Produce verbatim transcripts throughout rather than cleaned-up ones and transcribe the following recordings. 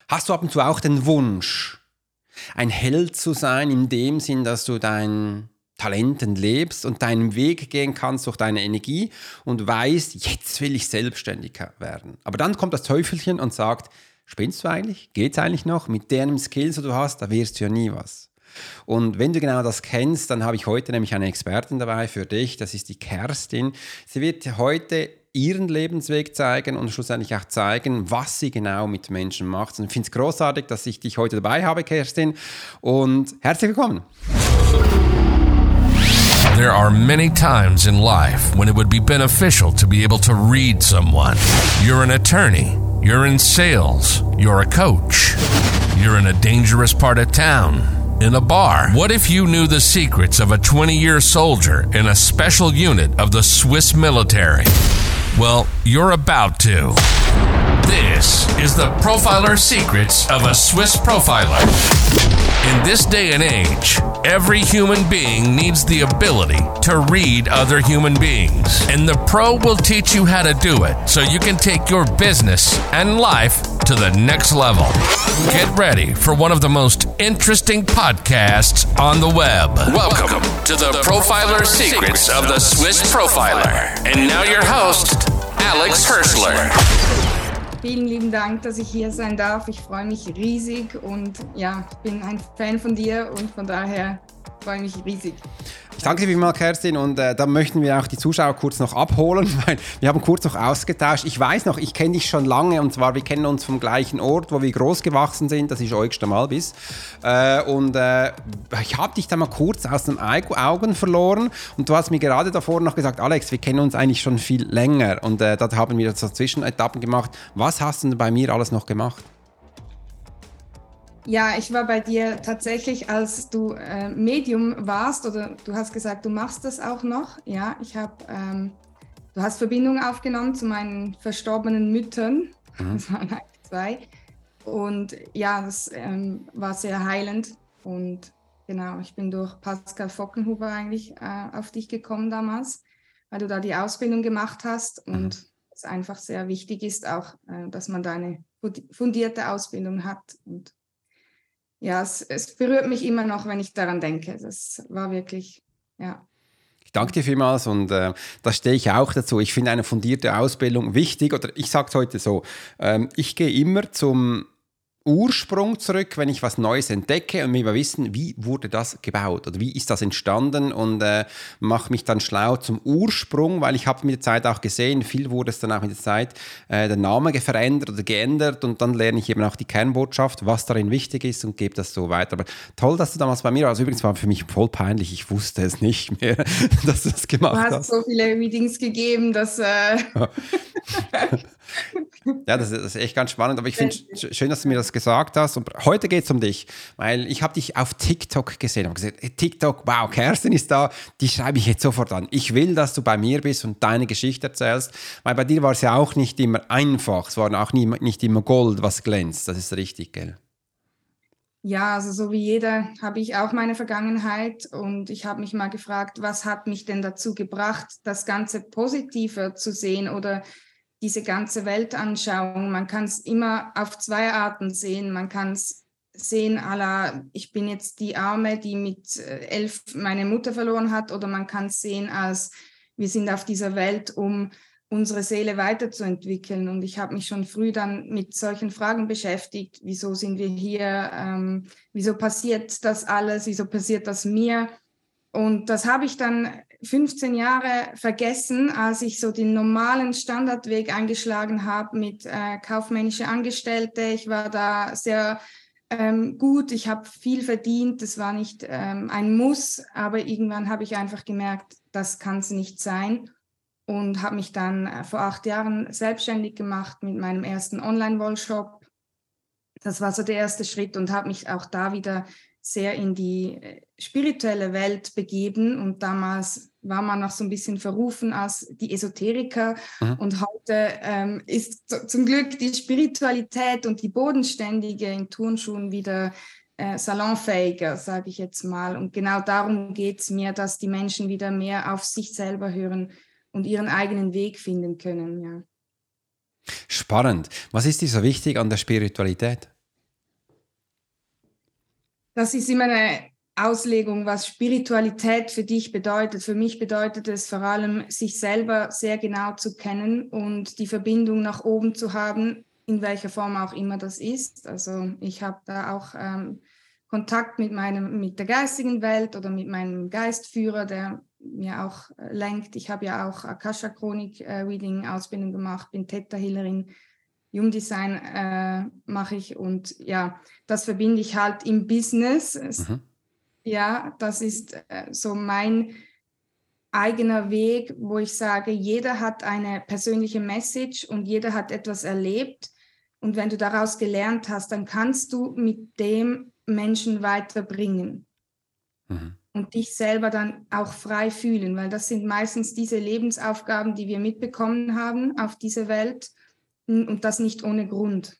Hast du ab und zu auch den Wunsch, ein Held zu sein, in dem Sinn, dass du dein Talenten lebst und deinen Weg gehen kannst durch deine Energie und weißt, jetzt will ich selbstständig werden. Aber dann kommt das Teufelchen und sagt, spinnst du eigentlich? Geht's eigentlich noch? Mit den Skills, die du hast, da wirst du ja nie was. Und wenn du genau das kennst, dann habe ich heute nämlich eine Expertin dabei für dich, das ist die Kerstin. Sie wird heute ihren Lebensweg zeigen und schlussendlich auch zeigen, was sie genau mit Menschen macht. Und ich finde es großartig, dass ich dich heute dabei habe, Kerstin. Und herzlich willkommen. There are many times in life when it would be beneficial to be able to read someone. You're an attorney. You're in sales. You're a coach. You're in a dangerous part of town. In a bar. What if you knew the secrets of a twenty-year soldier in a special unit of the Swiss military? Well, you're about to. This is the Profiler Secrets of a Swiss Profiler. In this day and age, every human being needs the ability to read other human beings. And the Pro will teach you how to do it so you can take your business and life to the next level. Get ready for one of the most interesting podcasts on the web. Welcome to the Profiler Secrets of the Swiss Profiler. And now your host, Alex Hirschler. Vielen lieben Dank, dass ich hier sein darf. Ich freue mich riesig und ja, ich bin ein Fan von dir und von daher freue ich mich riesig. Ich danke dir vielmals, Kerstin, und äh, da möchten wir auch die Zuschauer kurz noch abholen, weil wir haben kurz noch ausgetauscht. Ich weiß noch, ich kenne dich schon lange, und zwar, wir kennen uns vom gleichen Ort, wo wir groß gewachsen sind, das ist Eugster-Malbis. Äh, und äh, ich habe dich da mal kurz aus den Augen verloren und du hast mir gerade davor noch gesagt, Alex, wir kennen uns eigentlich schon viel länger, und äh, da haben wir so Zwischenetappen gemacht. Was hast du denn bei mir alles noch gemacht? Ja, ich war bei dir tatsächlich, als du äh, Medium warst, oder du hast gesagt, du machst das auch noch. Ja, ich habe, ähm, du hast Verbindung aufgenommen zu meinen verstorbenen Müttern. Mhm. Das waren eigentlich zwei. Und ja, das ähm, war sehr heilend. Und genau, ich bin durch Pascal Fockenhuber eigentlich äh, auf dich gekommen damals, weil du da die Ausbildung gemacht hast. Und mhm. es einfach sehr wichtig ist auch, äh, dass man da eine fundierte Ausbildung hat. Und ja, es, es berührt mich immer noch, wenn ich daran denke. Das war wirklich, ja. Ich danke dir vielmals, und äh, da stehe ich auch dazu. Ich finde eine fundierte Ausbildung wichtig, oder ich sage es heute so, ähm, ich gehe immer zum Ursprung zurück, wenn ich was Neues entdecke und mir mal wissen, wie wurde das gebaut oder wie ist das entstanden, und äh, mache mich dann schlau zum Ursprung, weil ich habe mit der Zeit auch gesehen, viel wurde es dann auch mit der Zeit, äh, der Name verändert oder geändert, und dann lerne ich eben auch die Kernbotschaft, was darin wichtig ist, und gebe das so weiter. Aber toll, dass du damals bei mir warst. Übrigens war für mich voll peinlich, ich wusste es nicht mehr, dass du das gemacht hast. Du hast so viele Meetings gegeben, dass... Äh Ja, das ist, das ist echt ganz spannend, aber ich finde es schön, dass du mir das gesagt hast. Und heute geht es um dich, weil ich habe dich auf TikTok gesehen und gesagt, hey, TikTok, wow, Kerstin ist da, die schreibe ich jetzt sofort an. Ich will, dass du bei mir bist und deine Geschichte erzählst, weil bei dir war es ja auch nicht immer einfach, es war auch nie, nicht immer Gold, was glänzt, das ist richtig, gell? Ja, also so wie jeder habe ich auch meine Vergangenheit, und ich habe mich mal gefragt, was hat mich denn dazu gebracht, das Ganze positiver zu sehen oder diese ganze Weltanschauung. Man kann es immer auf zwei Arten sehen. Man kann es sehen à la, ich bin jetzt die Arme, die mit elf meine Mutter verloren hat, oder man kann es sehen als, wir sind auf dieser Welt, um unsere Seele weiterzuentwickeln. Und ich habe mich schon früh dann mit solchen Fragen beschäftigt. Wieso sind wir hier? Ähm, wieso passiert das alles? Wieso passiert das mir? Und das habe ich dann fünfzehn Jahre vergessen, als ich so den normalen Standardweg eingeschlagen habe mit äh, kaufmännische Angestellte. Ich war da sehr ähm, gut, ich habe viel verdient, das war nicht ähm, ein Muss, aber irgendwann habe ich einfach gemerkt, das kann es nicht sein, und habe mich dann äh, vor acht Jahren selbstständig gemacht mit meinem ersten Online-Wollshop. Das war so der erste Schritt, und habe mich auch da wieder sehr in die spirituelle Welt begeben, und damals war man noch so ein bisschen verrufen als die Esoteriker, mhm. und heute ähm, ist z- zum Glück die Spiritualität und die Bodenständige in Turnschuhen wieder äh, salonfähiger, sage ich jetzt mal, und genau darum geht es mir, dass die Menschen wieder mehr auf sich selber hören und ihren eigenen Weg finden können, ja. Spannend. Was ist dir so wichtig an der Spiritualität? Das ist immer eine Auslegung, was Spiritualität für dich bedeutet. Für mich bedeutet es vor allem, sich selber sehr genau zu kennen und die Verbindung nach oben zu haben, in welcher Form auch immer das ist. Also ich habe da auch ähm, Kontakt mit, meinem, mit der geistigen Welt oder mit meinem Geistführer, der mir auch äh, lenkt. Ich habe ja auch Akasha-Chronik-Reading-Ausbildung äh, gemacht, bin Theta-Healerin, Human Design äh, mache ich und ja, das verbinde ich halt im Business. Mhm. Ja, das ist äh, so mein eigener Weg, wo ich sage, jeder hat eine persönliche Message und jeder hat etwas erlebt. Und wenn du daraus gelernt hast, dann kannst du mit dem Menschen weiterbringen. Mhm. Und dich selber dann auch frei fühlen, weil das sind meistens diese Lebensaufgaben, die wir mitbekommen haben auf dieser Welt und das nicht ohne Grund.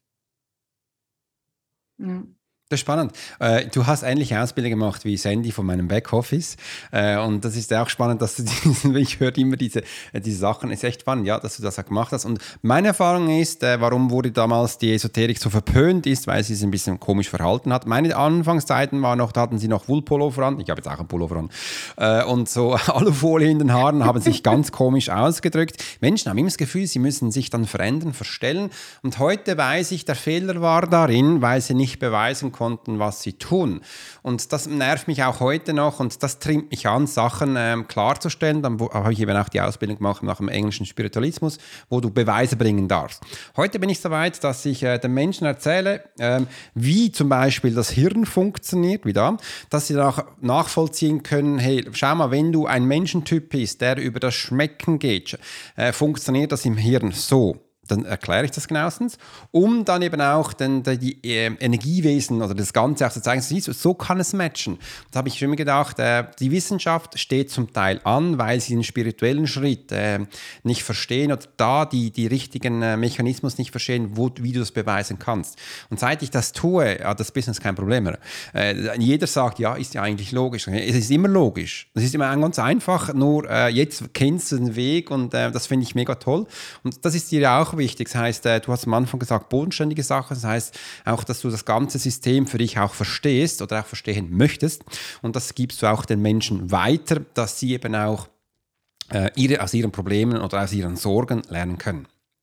Ja. Das ist spannend. Äh, du hast ähnliche Ausbildung gemacht wie Sandy von meinem Backoffice. Äh, und das ist ja auch spannend, dass du diesen, ich höre immer diese, äh, diese Sachen, ist echt spannend, ja, dass du das auch gemacht hast. Und meine Erfahrung ist, äh, warum wurde damals die Esoterik so verpönt ist, weil sie sich ein bisschen komisch verhalten hat. Meine Anfangszeiten waren noch, da hatten sie noch Wollpullover an. Ich habe jetzt auch einen Pullover an. Äh, und so Alufolie in den Haaren haben sich ganz komisch ausgedrückt. Menschen haben immer das Gefühl, sie müssen sich dann verändern, verstellen. Und heute weiß ich, der Fehler war darin, weil sie nicht beweisen konnten, was sie tun. Und das nervt mich auch heute noch und das trimmt mich an, Sachen ähm, klarzustellen. Dann habe ich eben auch die Ausbildung gemacht nach dem englischen Spiritualismus, wo du Beweise bringen darfst. Heute bin ich so weit, dass ich äh, den Menschen erzähle, ähm, wie zum Beispiel das Hirn funktioniert, wie da, dass sie dann auch nachvollziehen können, hey, schau mal, wenn du ein Menschentyp bist, der über das Schmecken geht, äh, funktioniert das im Hirn so. Dann erkläre ich das genauestens, um dann eben auch den, die, die äh, Energiewesen oder das Ganze auch zu zeigen, so, so kann es matchen. Da habe ich immer gedacht, äh, die Wissenschaft steht zum Teil an, weil sie den spirituellen Schritt äh, nicht verstehen oder da die, die richtigen äh, Mechanismus nicht verstehen, wo, wie du das beweisen kannst. Und seit ich das tue, hat das Business kein Problem mehr. Äh, jeder sagt, ja, ist ja eigentlich logisch. Es ist immer logisch. Es ist immer ganz einfach, nur äh, jetzt kennst du den Weg und äh, das finde ich mega toll. Und das ist dir ja auch wichtig. Das heißt, du hast am Anfang gesagt, bodenständige Sachen. Das heißt auch, dass du das ganze System für dich auch verstehst oder auch verstehen möchtest. Und das gibst du auch den Menschen weiter, dass sie eben auch äh, ihre, aus ihren Problemen oder aus ihren Sorgen lernen können.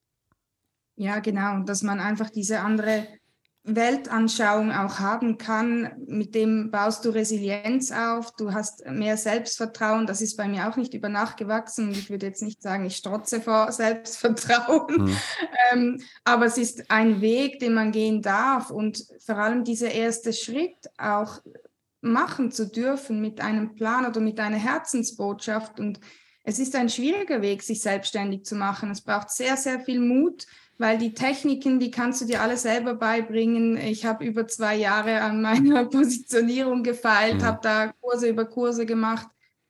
Ja, genau. Dass man einfach diese andere Weltanschauung auch haben kann, mit dem baust du Resilienz auf, du hast mehr Selbstvertrauen, das ist bei mir auch nicht über Nacht gewachsen und ich würde jetzt nicht sagen, ich strotze vor Selbstvertrauen, mhm. ähm, aber es ist ein Weg, den man gehen darf und vor allem dieser erste Schritt auch machen zu dürfen mit einem Plan oder mit einer Herzensbotschaft und es ist ein schwieriger Weg, sich selbstständig zu machen, es braucht sehr, sehr viel Mut, weil die Techniken, die kannst du dir alle selber beibringen. Ich habe über zwei Jahre an meiner Positionierung gefeilt, mhm. habe da Kurse über Kurse gemacht.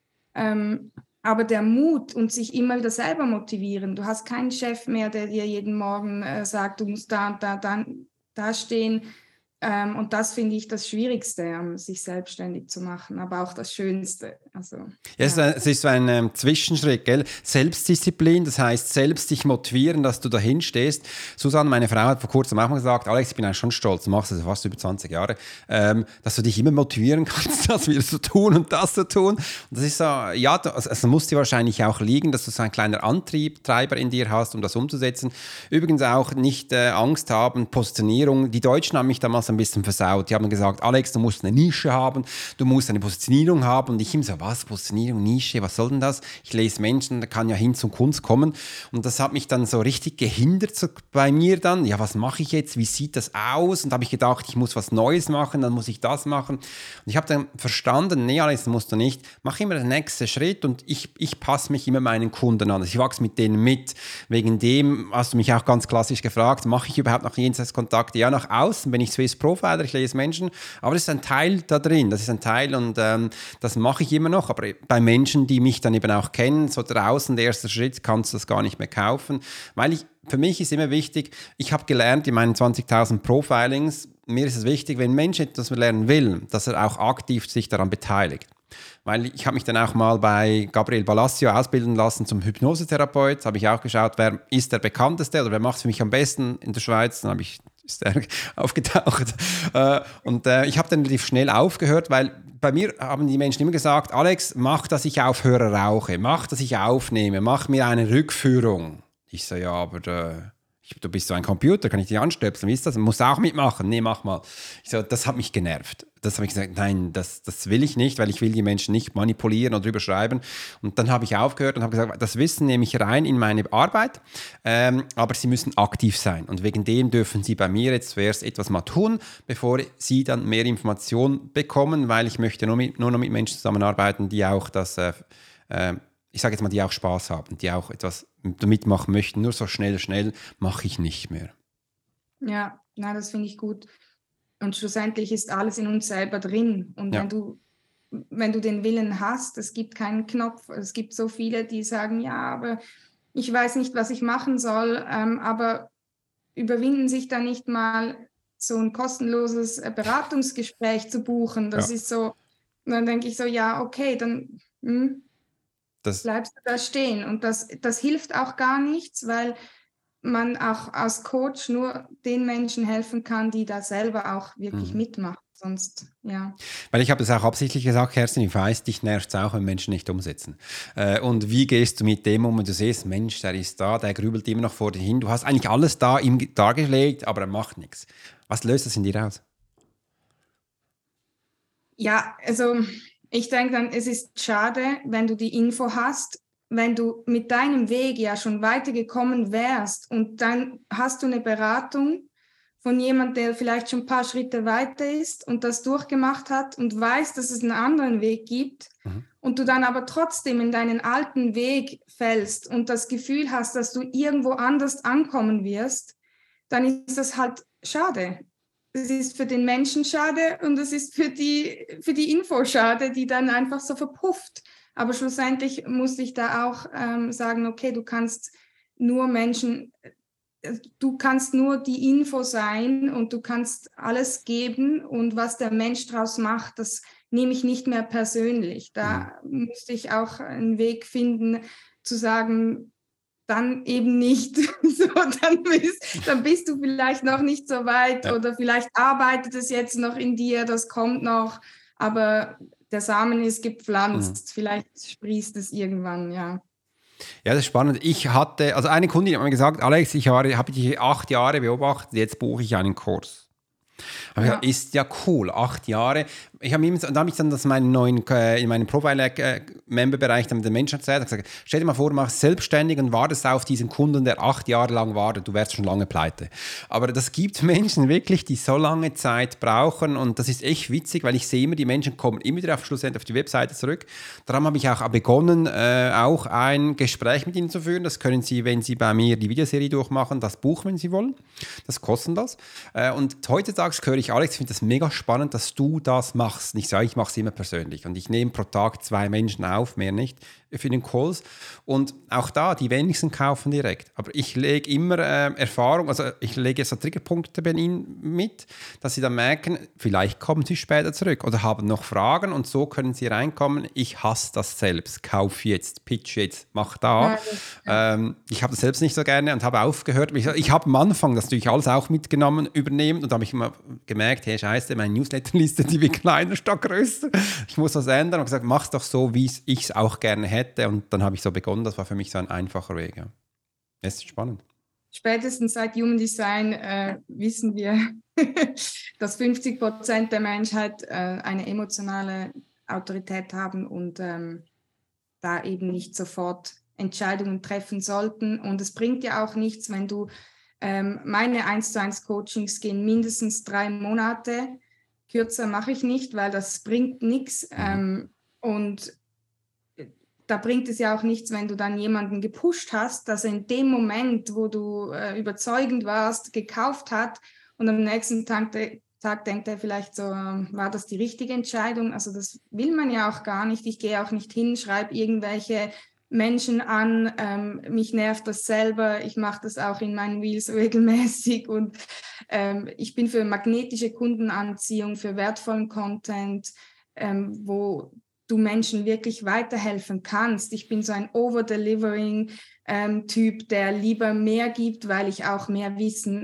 Ähm, aber der Mut und sich immer wieder selber motivieren. Du hast keinen Chef mehr, der dir jeden Morgen äh, sagt, du musst da und da, da, da stehen. Ähm, und das finde ich das Schwierigste, um sich selbstständig zu machen, aber auch das Schönste. Also, ja, ja. Es ist so ein ähm, Zwischenschritt, gell? Selbstdisziplin, das heißt selbst dich motivieren, dass du dahin stehst. Susanne, meine Frau, hat vor kurzem auch mal gesagt, Alex, ich bin eigentlich schon stolz, du machst das fast über zwanzig Jahre, ähm, dass du dich immer motivieren kannst, das wieder zu tun und das zu tun. Und das ist so, ja, es also muss dir wahrscheinlich auch liegen, dass du so ein kleiner Antrieb, Treiber in dir hast, um das umzusetzen. Übrigens auch nicht äh, Angst haben, Positionierung. Die Deutschen haben mich damals ein bisschen versaut. Die haben gesagt, Alex, du musst eine Nische haben, du musst eine Positionierung haben. Und ich immer so, was, Positionierung, Nische, was soll denn das? Ich lese Menschen, da kann ja hin zum Kunst kommen. Und das hat mich dann so richtig gehindert so bei mir dann. Ja, was mache ich jetzt? Wie sieht das aus? Und da habe ich gedacht, ich muss was Neues machen, dann muss ich das machen. Und ich habe dann verstanden, nee, Alex, das musst du nicht. Mach immer den nächsten Schritt und ich, ich passe mich immer meinen Kunden an. Also ich wachse mit denen mit. Wegen dem hast du mich auch ganz klassisch gefragt, mache ich überhaupt noch Jenseitskontakte? Ja, nach außen bin ich Swiss Profiler, ich lese Menschen, aber das ist ein Teil da drin, das ist ein Teil und ähm, das mache ich immer noch, aber bei Menschen, die mich dann eben auch kennen, so draußen der erste Schritt, kannst du das gar nicht mehr kaufen, weil ich, für mich ist immer wichtig, ich habe gelernt in meinen zwanzigtausend Profilings, mir ist es wichtig, wenn ein Mensch etwas lernen will, dass er auch aktiv sich daran beteiligt. Weil ich habe mich dann auch mal bei Gabriel Balassio ausbilden lassen zum Hypnosetherapeut. Da habe ich auch geschaut, wer ist der bekannteste oder wer macht es für mich am besten in der Schweiz. Dann habe ich ist er aufgetaucht. Äh, und äh, ich habe dann relativ schnell aufgehört, weil bei mir haben die Menschen immer gesagt, Alex, mach, dass ich aufhöre rauche, mach, dass ich aufnehme, mach mir eine Rückführung. Ich so, ja, aber äh, ich, du bist so ein Computer, kann ich dich anstöpseln, wie ist das? Du musst auch mitmachen. Nee, mach mal. Ich so, das hat mich genervt. Das habe ich gesagt, nein, das, das will ich nicht, weil ich will die Menschen nicht manipulieren oder drüber schreiben. Und dann habe ich aufgehört und habe gesagt, das Wissen nehme ich rein in meine Arbeit, ähm, aber sie müssen aktiv sein. Und wegen dem dürfen sie bei mir jetzt zuerst etwas mal tun, bevor sie dann mehr Informationen bekommen, weil ich möchte nur, mit, nur noch mit Menschen zusammenarbeiten, die auch das, äh, äh, ich sage jetzt mal, die auch Spaß haben, die auch etwas mitmachen möchten. Nur so schnell, schnell mache ich nicht mehr. Ja, na, das finde ich gut. Und schlussendlich ist alles in uns selber drin. Und Ja. wenn du, wenn du den Willen hast, es gibt keinen Knopf. Es gibt so viele, die sagen, ja, aber ich weiß nicht, was ich machen soll. Ähm, aber überwinden sich da nicht mal, so ein kostenloses Beratungsgespräch zu buchen. Das Ja. ist so, dann denke ich so, ja, okay, dann hm, Das, bleibst du da stehen. Und das, das hilft auch gar nichts, weil man auch als Coach nur den Menschen helfen kann, die da selber auch wirklich Mhm. mitmachen. Sonst, ja. Weil ich habe es auch absichtlich gesagt, Kerstin, ich weiß, dich nervt es auch, wenn Menschen nicht umsetzen. Äh, und wie gehst du mit dem um, wenn du siehst, Mensch, der ist da, der grübelt immer noch vor dir hin. Du hast eigentlich alles da ihm dargelegt, aber er macht nichts. Was löst das in dir aus? Ja, also ich denke dann, es ist schade, wenn du die Info hast, wenn du mit deinem Weg ja schon weitergekommen wärst und dann hast du eine Beratung von jemandem, der vielleicht schon ein paar Schritte weiter ist und das durchgemacht hat und weiß, dass es einen anderen Weg gibt, mhm. und du dann aber trotzdem in deinen alten Weg fällst und das Gefühl hast, dass du irgendwo anders ankommen wirst, dann ist das halt schade. Es ist für den Menschen schade und es ist für die, für die Info schade, die dann einfach so verpufft. Aber schlussendlich muss ich da auch ähm, sagen, okay, du kannst nur Menschen, du kannst nur die Info sein und du kannst alles geben und was der Mensch daraus macht, das nehme ich nicht mehr persönlich. Da mhm. musste ich auch einen Weg finden, zu sagen, dann eben nicht. So, dann, bist, dann bist du vielleicht noch nicht so weit, ja. Oder vielleicht arbeitet es jetzt noch in dir, das kommt noch, aber der Samen ist gepflanzt, mhm. vielleicht sprießt es irgendwann, ja. Ja, das ist spannend. Ich hatte, also eine Kundin hat mir gesagt, Alex, ich habe dich acht Jahre beobachtet, jetzt buche ich einen Kurs. Aber ja. Ist ja cool, acht Jahre. Ich habe ihm, da habe ich dann das meinen neuen, äh, in meinem Profiler-Member-Bereich dann den Menschen erzählt und gesagt, stell dir mal vor, du machst selbstständig und wartest auf diesen Kunden, der acht Jahre lang wartet, du wärst schon lange pleite. Aber das gibt Menschen wirklich, die so lange Zeit brauchen und das ist echt witzig, weil ich sehe immer, die Menschen kommen immer wieder auf Schlussendlich auf die Webseite zurück. Darum habe ich auch begonnen, äh, auch ein Gespräch mit ihnen zu führen. Das können Sie, wenn Sie bei mir die Videoserie durchmachen, das buchen, wenn Sie wollen. Das kosten das. Äh, und heutzutage höre ich, Alex, ich finde das mega spannend, dass du das machst. Ich sage, ich mache es immer persönlich und ich nehme pro Tag zwei Menschen auf, mehr nicht, für den Calls. Und auch da, die wenigsten kaufen direkt. Aber ich lege immer äh, Erfahrung, also ich lege so Triggerpunkte bei ihnen mit, dass sie dann merken, vielleicht kommen sie später zurück oder haben noch Fragen und so können sie reinkommen. Ich hasse das selbst, kauf jetzt, pitch jetzt, mach da. Ja, ähm, ich habe das selbst nicht so gerne und habe aufgehört. Ich, ich habe am Anfang das natürlich alles auch mitgenommen, übernehmen und da habe ich immer gemerkt, hey Scheiße, meine Newsletterliste, die wird kleiner statt größer. Ich muss was ändern und gesagt, mach's doch so, wie ich es auch gerne hätte. Und dann habe ich so begonnen, das war für mich so ein einfacher Weg. Ja. Es ist spannend. Spätestens seit Human Design äh, wissen wir, dass fünfzig Prozent der Menschheit äh, eine emotionale Autorität haben und ähm, da eben nicht sofort Entscheidungen treffen sollten. Und es bringt ja auch nichts, wenn du, ähm, meine eins zu eins Coachings gehen mindestens drei Monate, kürzer mache ich nicht, weil das bringt nichts. Mhm. Ähm, und da bringt es ja auch nichts, wenn du dann jemanden gepusht hast, dass er in dem Moment, wo du äh, überzeugend warst, gekauft hat und am nächsten Tag, de- Tag denkt er vielleicht so, äh, war das die richtige Entscheidung? Also das will man ja auch gar nicht. Ich gehe auch nicht hin, schreibe irgendwelche Menschen an, ähm, mich nervt das selber, ich mache das auch in meinen Reels regelmäßig und ähm, ich bin für magnetische Kundenanziehung, für wertvollen Content, ähm, wo du Menschen wirklich weiterhelfen kannst. Ich bin so ein Over-Delivering-Typ, ähm, der lieber mehr gibt, weil ich auch mehr Wissen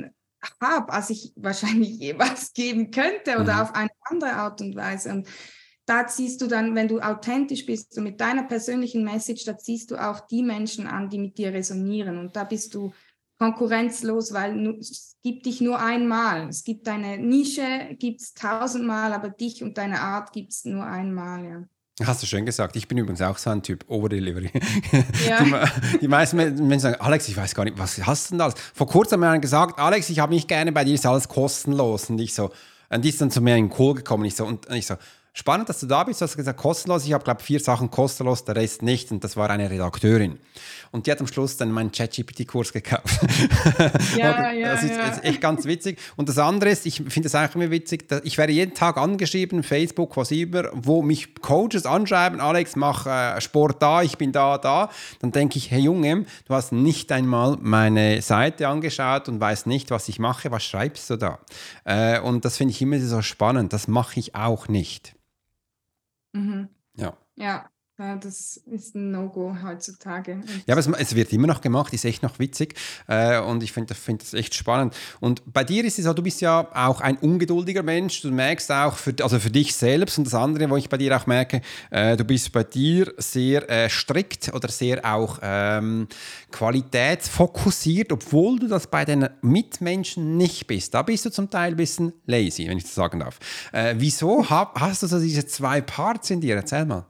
habe, als ich wahrscheinlich jeweils geben könnte oder Mhm. auf eine andere Art und Weise. Und da ziehst du dann, wenn du authentisch bist und mit deiner persönlichen Message, da ziehst du auch die Menschen an, die mit dir resonieren. Und da bist du konkurrenzlos, weil nu, es gibt dich nur einmal. Es gibt deine Nische, gibt es tausendmal, aber dich und deine Art gibt es nur einmal, ja. Hast du schön gesagt. Ich bin übrigens auch so ein Typ, Overdelivery. Ja. Die, die meisten Menschen sagen, Alex, ich weiß gar nicht, was hast du denn da alles? Vor kurzem haben wir gesagt, Alex, ich habe nicht gerne, bei dir ist alles kostenlos. Und ich so, und die ist dann zu mir in den Call gekommen. Ich so, und ich so, spannend, dass du da bist. Du hast gesagt, kostenlos. Ich habe, glaube ich, vier Sachen kostenlos, der Rest nicht. Und das war eine Redakteurin. Und die hat am Schluss dann meinen ChatGPT-Kurs gekauft. Ja, ja, das ist, ja. ist echt ganz witzig. Und das andere ist, ich finde es eigentlich immer witzig, dass ich werde jeden Tag angeschrieben, Facebook, was immer, wo mich Coaches anschreiben, Alex, mach äh, Sport da, ich bin da, da. Dann denke ich, hey Junge, du hast nicht einmal meine Seite angeschaut und weißt nicht, was ich mache, was schreibst du da? Äh, und das finde ich immer so spannend, das mache ich auch nicht. Mhm. Ja. Ja, ja, das ist ein No-Go heutzutage. Und Ja, aber es, es wird immer noch gemacht, ist echt noch witzig äh, und ich finde find das echt spannend. Und bei dir ist es so, du bist ja auch ein ungeduldiger Mensch, du merkst auch, für, also für dich selbst und das andere, wo ich bei dir auch merke, äh, du bist bei dir sehr äh, strikt oder sehr auch ähm, qualitätsfokussiert, obwohl du das bei den Mitmenschen nicht bist. Da bist du zum Teil ein bisschen lazy, wenn ich das sagen darf. Äh, wieso hab, hast du so diese zwei Parts in dir? Erzähl mal.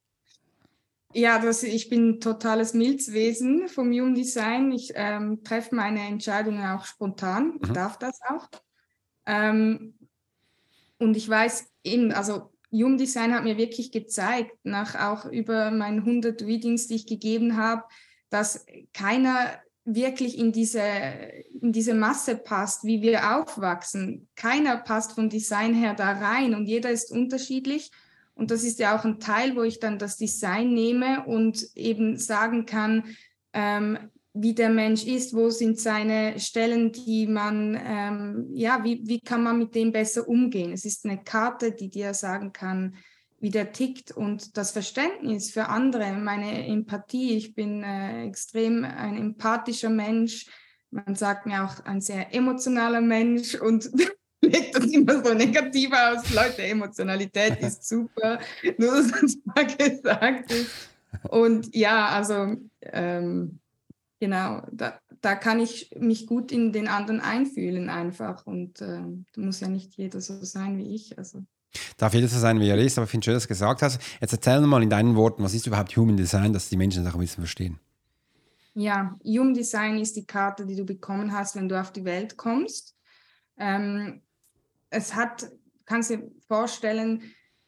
ja, das, ich bin ein totales Milzwesen vom Human Design. Ich ähm, treffe meine Entscheidungen auch spontan. Ich Mhm. darf das auch. Ähm, und ich weiß eben, also Human Design hat mir wirklich gezeigt, nach auch über meine hundert Readings, die ich gegeben habe, dass keiner wirklich in diese, in diese Masse passt, wie wir aufwachsen. Keiner passt vom Design her da rein und jeder ist unterschiedlich. Und das ist ja auch ein Teil, wo ich dann das Design nehme und eben sagen kann, ähm, wie der Mensch ist, wo sind seine Stellen, die man, ähm, ja, wie, wie kann man mit dem besser umgehen? Es ist eine Karte, die dir sagen kann, wie der tickt und das Verständnis für andere, meine Empathie. Ich bin äh, extrem ein empathischer Mensch. Man sagt mir auch ein sehr emotionaler Mensch und legt das immer so negativ aus. Leute, Emotionalität ist super, nur dass das mal gesagt ist. Und ja, also ähm, genau, da, da kann ich mich gut in den anderen einfühlen einfach. Und äh, da muss ja nicht jeder so sein wie ich. Also. Darf jeder so sein, wie er ist, aber ich finde schön, dass du gesagt hast. Jetzt erzähl mal in deinen Worten, was ist überhaupt Human Design, dass die Menschen das auch ein bisschen verstehen. Ja, Human Design ist die Karte, die du bekommen hast, wenn du auf die Welt kommst. Ähm, es hat, kannst du dir vorstellen,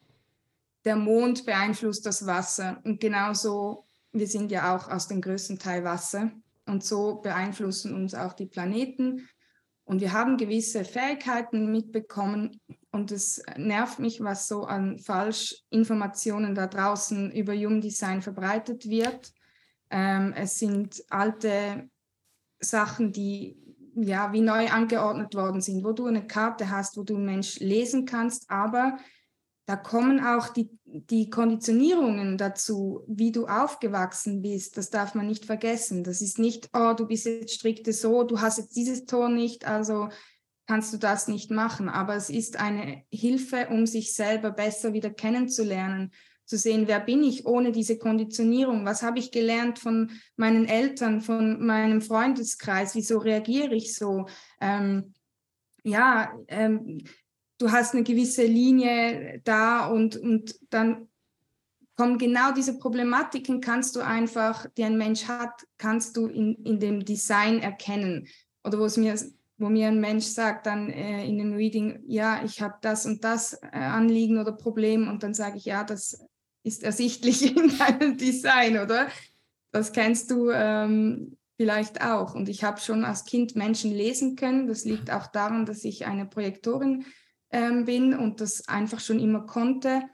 der Mond beeinflusst das Wasser und genauso, wir sind ja auch aus dem größten Teil Wasser und so beeinflussen uns auch die Planeten und wir haben gewisse Fähigkeiten mitbekommen und es nervt mich, was so an Falschinformationen da draußen über Human Design verbreitet wird. Ähm, es sind alte Sachen, die ja wie neu angeordnet worden sind, wo du eine Karte hast, wo du einen Mensch lesen kannst, aber da kommen auch die, die Konditionierungen dazu, wie du aufgewachsen bist. Das darf man nicht vergessen. Das ist nicht, oh, du bist jetzt strikte so, du hast jetzt dieses Tor nicht, also kannst du das nicht machen. Aber es ist eine Hilfe, um sich selber besser wieder kennenzulernen, zu sehen, wer bin ich ohne diese Konditionierung? Was habe ich gelernt von meinen Eltern, von meinem Freundeskreis? Wieso reagiere ich so? Ähm, ja, ähm, du hast eine gewisse Linie da und, und dann kommen genau diese Problematiken, kannst du einfach, die ein Mensch hat, kannst du in, in dem Design erkennen. Oder wo es mir, wo mir ein Mensch sagt dann äh, in dem Reading, ja, ich habe das und das äh, Anliegen oder Problem und dann sage ich, ja, das ist ersichtlich in deinem Design, oder? Das kennst du ähm, vielleicht auch. Und ich habe schon als Kind Menschen lesen können. Das liegt auch daran, dass ich eine Projektorin ähm, bin und das einfach schon immer konnte,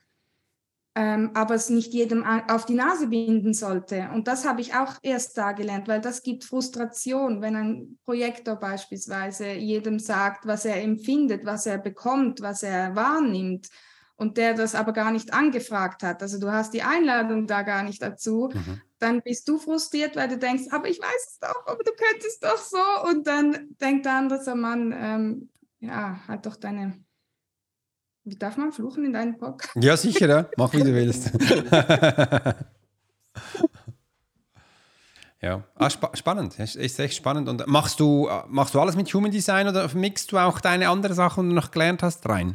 ähm, aber es nicht jedem auf die Nase binden sollte. Und das habe ich auch erst da gelernt, weil das gibt Frustration, wenn ein Projektor beispielsweise jedem sagt, was er empfindet, was er bekommt, was er wahrnimmt und der das aber gar nicht angefragt hat. Also du hast die Einladung da gar nicht dazu. Mhm. dann bist du frustriert, weil du denkst, aber ich weiß es doch, aber du könntest doch so. Und dann denkt der andere so, Mann, ähm, ja, halt doch deine... Wie darf man fluchen in deinem Podcast? Ja, sicher, ja. Mach, wie du willst. Ja, ah, spa- spannend. Ist, ist echt spannend. Und machst du, machst du alles mit Human Design oder mixst du auch deine andere Sachen, die du noch gelernt hast, rein?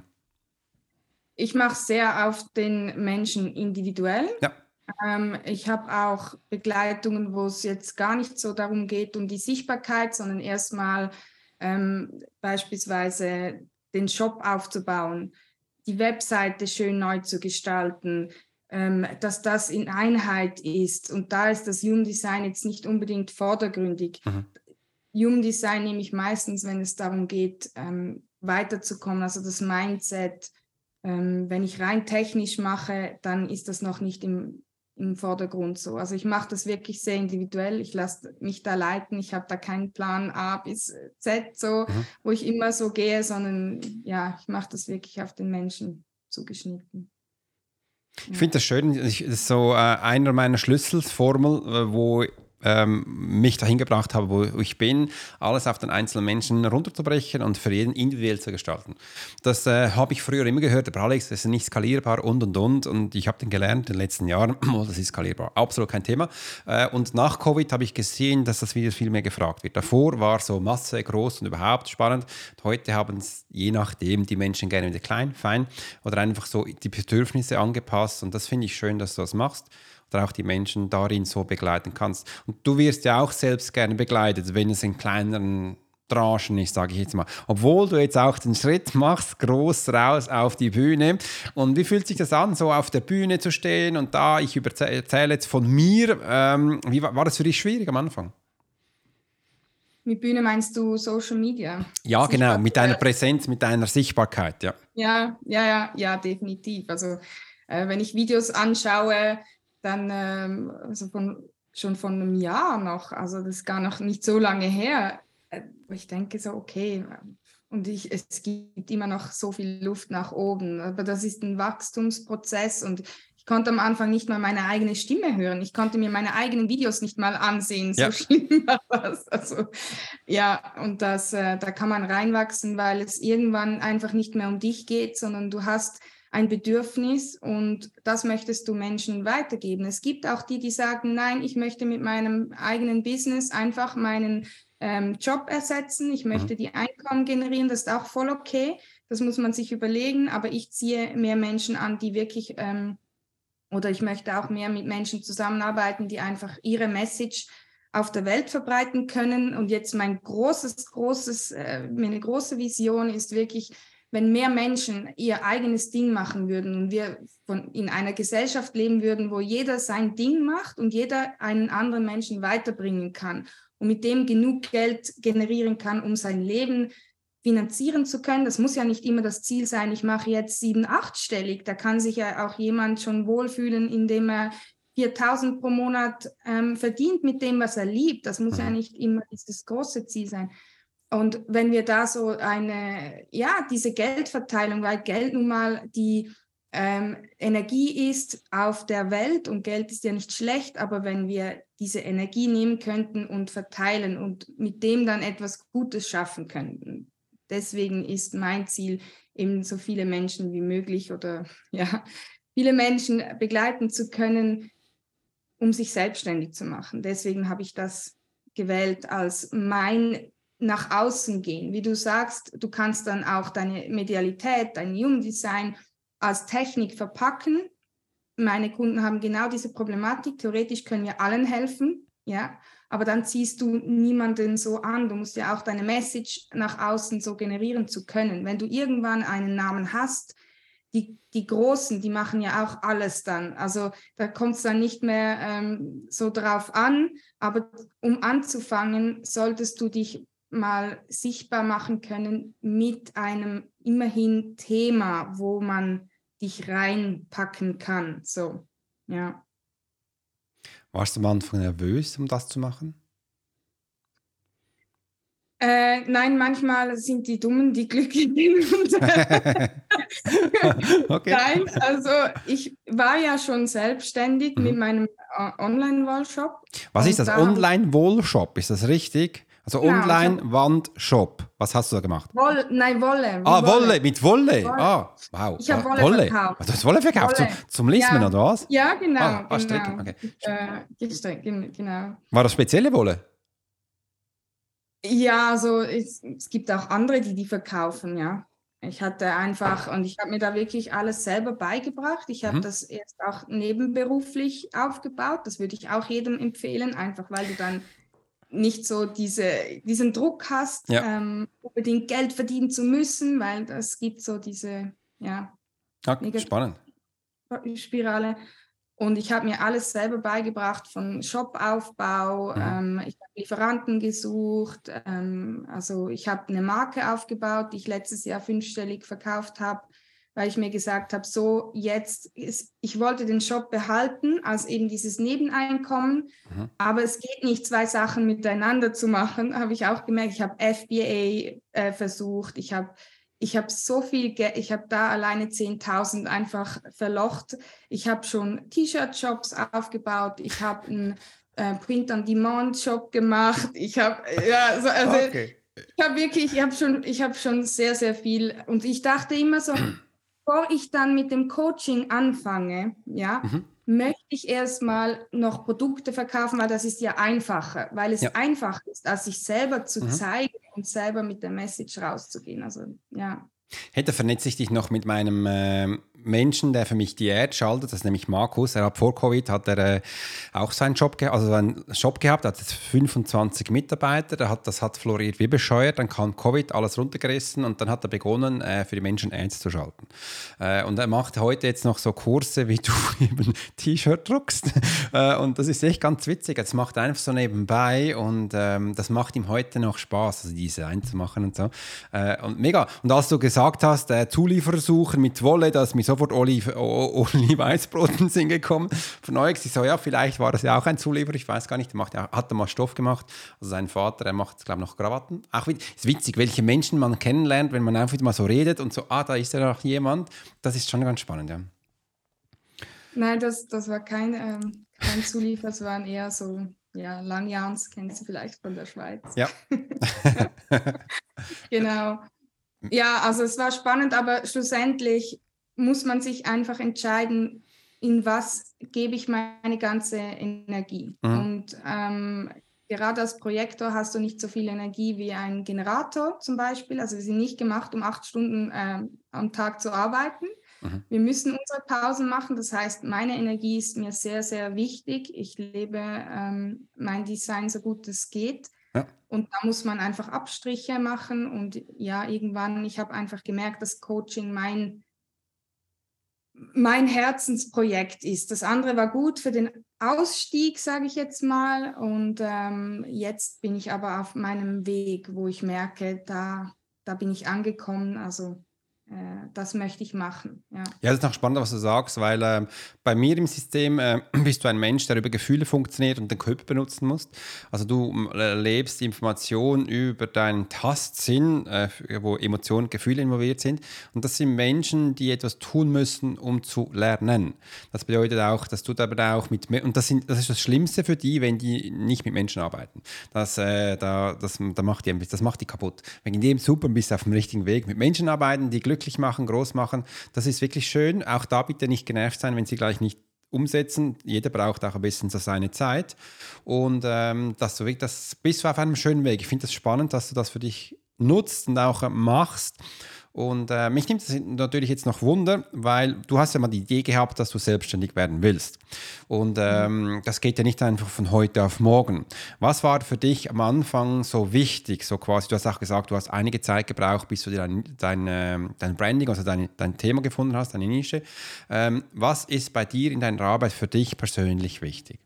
Ich mache sehr auf den Menschen individuell. Ja. Ähm, ich habe auch Begleitungen, wo es jetzt gar nicht so darum geht, um die Sichtbarkeit, sondern erstmal ähm, beispielsweise den Shop aufzubauen, die Webseite schön neu zu gestalten, ähm, dass das in Einheit ist. Und da ist das Human Design jetzt nicht unbedingt vordergründig. Mhm. Human Design nehme ich meistens, wenn es darum geht, ähm, weiterzukommen, also das Mindset. Ähm, wenn ich rein technisch mache, dann ist das noch nicht im, im Vordergrund so. Also ich mache das wirklich sehr individuell. Ich lasse mich da leiten. Ich habe da keinen Plan A bis Z, so, mhm. wo ich immer so gehe, sondern ja, ich mache das wirklich auf den Menschen zugeschnitten. Ich finde das schön. Ich, das ist so äh, einer meiner Schlüsselformel, äh, wo ähm, mich dahin gebracht habe, wo ich bin, alles auf den einzelnen Menschen runterzubrechen und für jeden individuell zu gestalten. Das äh, habe ich früher immer gehört, aber Alex, das ist nicht skalierbar und und und und ich habe den gelernt in den letzten Jahren, oh, das ist skalierbar, absolut kein Thema. Äh, und nach Covid habe ich gesehen, dass das wieder viel mehr gefragt wird. Davor war so Masse, groß und überhaupt spannend. Heute haben es je nachdem die Menschen gerne wieder klein, fein oder einfach so die Bedürfnisse angepasst und das finde ich schön, dass du das machst. Oder auch die Menschen darin so begleiten kannst. Und du wirst ja auch selbst gerne begleitet, wenn es in kleineren Tranchen ist, sage ich jetzt mal. Obwohl du jetzt auch den Schritt machst, groß raus auf die Bühne. Und wie fühlt sich das an, so auf der Bühne zu stehen und da, ich erzähle jetzt von mir, ähm, wie war, war das für dich schwierig am Anfang? Mit Bühne meinst du Social Media? Ja, genau, mit deiner Präsenz, mit deiner Sichtbarkeit, ja. Ja, ja, ja, ja, definitiv. Also äh, wenn ich Videos anschaue, dann ähm, also von, schon von einem Jahr noch, also das ist gar noch nicht so lange her, äh, ich denke so, okay, und ich, es gibt immer noch so viel Luft nach oben, aber das ist ein Wachstumsprozess und ich konnte am Anfang nicht mal meine eigene Stimme hören, ich konnte mir meine eigenen Videos nicht mal ansehen, so ja. Schlimm war das. Also ja, und das, äh, da kann man reinwachsen, weil es irgendwann einfach nicht mehr um dich geht, sondern du hast ein Bedürfnis und das möchtest du Menschen weitergeben. Es gibt auch die, die sagen, nein, ich möchte mit meinem eigenen Business einfach meinen ähm, Job ersetzen, ich möchte die Einkommen generieren, das ist auch voll okay, das muss man sich überlegen, aber ich ziehe mehr Menschen an, die wirklich, ähm, oder ich möchte auch mehr mit Menschen zusammenarbeiten, die einfach ihre Message auf der Welt verbreiten können und jetzt mein großes, großes, äh, meine große Vision ist wirklich, wenn mehr Menschen ihr eigenes Ding machen würden und wir von, in einer Gesellschaft leben würden, wo jeder sein Ding macht und jeder einen anderen Menschen weiterbringen kann und mit dem genug Geld generieren kann, um sein Leben finanzieren zu können. Das muss ja nicht immer das Ziel sein, ich mache jetzt sieben-, achtstellig. Da kann sich ja auch jemand schon wohlfühlen, indem er viertausend pro Monat ähm, verdient mit dem, was er liebt. Das muss ja nicht immer dieses große Ziel sein. Und wenn wir da so eine, ja, diese Geldverteilung, weil Geld nun mal die ähm, Energie ist auf der Welt und Geld ist ja nicht schlecht, aber wenn wir diese Energie nehmen könnten und verteilen und mit dem dann etwas Gutes schaffen könnten. Deswegen ist mein Ziel, eben so viele Menschen wie möglich oder ja, viele Menschen begleiten zu können, um sich selbstständig zu machen. Deswegen habe ich das gewählt als mein nach außen gehen. Wie du sagst, du kannst dann auch deine Medialität, dein Human Design als Technik verpacken. Meine Kunden haben genau diese Problematik. Theoretisch können wir allen helfen, ja, aber dann ziehst du niemanden so an. Du musst ja auch deine Message nach außen so generieren zu können. Wenn du irgendwann einen Namen hast, die, die Großen, die machen ja auch alles dann. Also da kommt es dann nicht mehr ähm, so drauf an, aber um anzufangen, solltest du dich mal sichtbar machen können mit einem immerhin Thema, wo man dich reinpacken kann. So, ja. Warst du am Anfang nervös, um das zu machen? Äh, nein, manchmal sind die Dummen, die glücklich sind. Okay. Nein, also ich war ja schon selbstständig Mhm. mit meinem äh, Online-Wollshop. Was ist Und das? da habe ich, Online-Wollshop, ist das richtig? Also genau, ich habe Online-Wand-Shop. Was hast du da gemacht? Wolle, nein, Wolle, wie Ah, Wolle. Wolle, mit Wolle. Wolle. Ah, wow. Ich habe Ah, Wolle Wolle. verkauft. Ah, du hast Wolle verkauft zum, Wolle. zum Lismen, Ja, oder was? ja, Ah, genau, ah, stricken, genau. okay. Äh, gestrickt, gen- genau. War das spezielle Wolle? Ja, also es, es gibt auch andere, die die verkaufen, ja. Ich hatte einfach, und ich habe mir da wirklich alles selber beigebracht. Ich habe Mhm. das erst auch nebenberuflich aufgebaut. Das würde ich auch jedem empfehlen, einfach weil du dann nicht so diese, diesen Druck hast, Ja. ähm, unbedingt Geld verdienen zu müssen, weil das gibt so diese, ja, Ah, negative spannend. Spirale. Und ich habe mir alles selber beigebracht, von Shopaufbau, Mhm. ähm, ich habe Lieferanten gesucht, ähm, also ich habe eine Marke aufgebaut, die ich letztes Jahr fünfstellig verkauft habe, weil ich mir gesagt habe, so jetzt, ist, ich wollte den Shop behalten als eben dieses Nebeneinkommen, Mhm. aber es geht nicht, zwei Sachen miteinander zu machen, habe ich auch gemerkt. Ich habe F B A äh, versucht, ich habe Ich habe so viel Geld, ich habe da alleine zehntausend einfach verlocht. Ich habe schon T-Shirt-Shops aufgebaut, ich habe einen äh, Print-on-Demand-Shop gemacht. Ich habe, ja, so, also Okay. ich habe wirklich, ich habe schon, ich habe schon sehr, sehr viel. Und ich dachte immer so, bevor ich dann mit dem Coaching anfange, ja, Mhm. möchte ich erstmal noch Produkte verkaufen, weil das ist ja einfacher, weil es Ja. einfach ist, als sich selber zu Mhm. zeigen und selber mit der Message rauszugehen. Also, ja. Hey, da vernetze ich dich noch mit meinem ähm, Menschen, der für mich die Ad schaltet, das ist nämlich Markus. Er hat vor Covid hat er äh, auch seinen Job, ge also einen Shop gehabt, er hat jetzt fünfundzwanzig Mitarbeiter, der hat, das hat floriert wie bescheuert, dann kam Covid, alles runtergerissen und dann hat er begonnen, äh, für die Menschen Ads zu schalten. Äh, und er macht heute jetzt noch so Kurse, wie du eben T-Shirt druckst äh, und das ist echt ganz witzig, das macht er einfach so nebenbei und ähm, das macht ihm heute noch Spaß, also diese einzumachen und so. Äh, und mega. Und als du gesagt hast, äh, Zulieferer suchen mit Wolle, da ist mir sofort Oli, Oli Weißbrot in den Sinn gekommen. Von euch, ich so, ja, vielleicht war das ja auch ein Zulieferer, ich weiß gar nicht, der macht, ja, hat er mal Stoff gemacht. Also sein Vater, er macht, glaube ich, noch Krawatten. Auch wieder, ist witzig, welche Menschen man kennenlernt, wenn man einfach wieder mal so redet und so, ah, da ist ja noch jemand. Das ist schon ganz spannend, ja. Nein, das, das war kein, ähm, kein Zulieferer, es waren eher so, ja, Langjahns, kennst du vielleicht von der Schweiz. Ja. Genau. Ja, also es war spannend, aber schlussendlich muss man sich einfach entscheiden, in was gebe ich meine ganze Energie. Mhm. Und ähm, gerade als Projektor hast du nicht so viel Energie wie ein Generator zum Beispiel. Also wir sind nicht gemacht, um acht Stunden ähm, am Tag zu arbeiten. Mhm. Wir müssen unsere Pausen machen. Das heißt, meine Energie ist mir sehr, sehr wichtig. Ich lebe ähm, mein Design so gut es geht. Ja. Und da muss man einfach Abstriche machen. Und ja, irgendwann, ich habe einfach gemerkt, dass Coaching mein, mein Herzensprojekt ist. Das andere war gut für den Ausstieg, sage ich jetzt mal. Und ähm, jetzt bin ich aber auf meinem Weg, wo ich merke, da, da bin ich angekommen. Also äh, das möchte ich machen. Ja. Ja, das ist noch spannend, was du sagst, weil äh, bei mir im System äh, bist du ein Mensch, der über Gefühle funktioniert und den Körper benutzen muss. Also du äh, lebst Information über deinen Tastsinn, äh, wo Emotionen, Gefühle involviert sind. Und das sind Menschen, die etwas tun müssen, um zu lernen. Das bedeutet auch, dass du dabei auch mit, und das, sind, das ist das Schlimmste für die, wenn die nicht mit Menschen arbeiten. Das, äh, da, das, da macht die, das macht die kaputt. Wegen dem super, bist du auf dem richtigen Weg. Mit Menschen arbeiten, die glücklich machen, groß machen, das ist wirklich schön. Auch da bitte nicht genervt sein, wenn sie gleich nicht umsetzen. Jeder braucht auch ein bisschen so seine Zeit. Und ähm, dass du wirklich, das bist du auf einem schönen Weg. Ich finde das spannend, dass du das für dich nutzt und auch äh, machst. Und äh, mich nimmt das natürlich jetzt noch Wunder, weil du hast ja mal die Idee gehabt, dass du selbstständig werden willst. Und ähm, das geht ja nicht einfach von heute auf morgen. Was war für dich am Anfang so wichtig? So quasi, du hast auch gesagt, du hast einige Zeit gebraucht, bis du dir dein, dein, dein Branding, also dein, dein Thema gefunden hast, deine Nische. Ähm, was ist bei dir in deiner Arbeit für dich persönlich wichtig?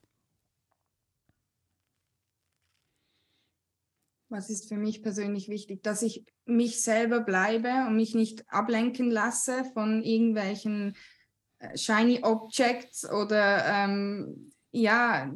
Was ist für mich persönlich wichtig? Dass ich mich selber bleibe und mich nicht ablenken lasse von irgendwelchen äh, shiny Objects oder ähm, ja,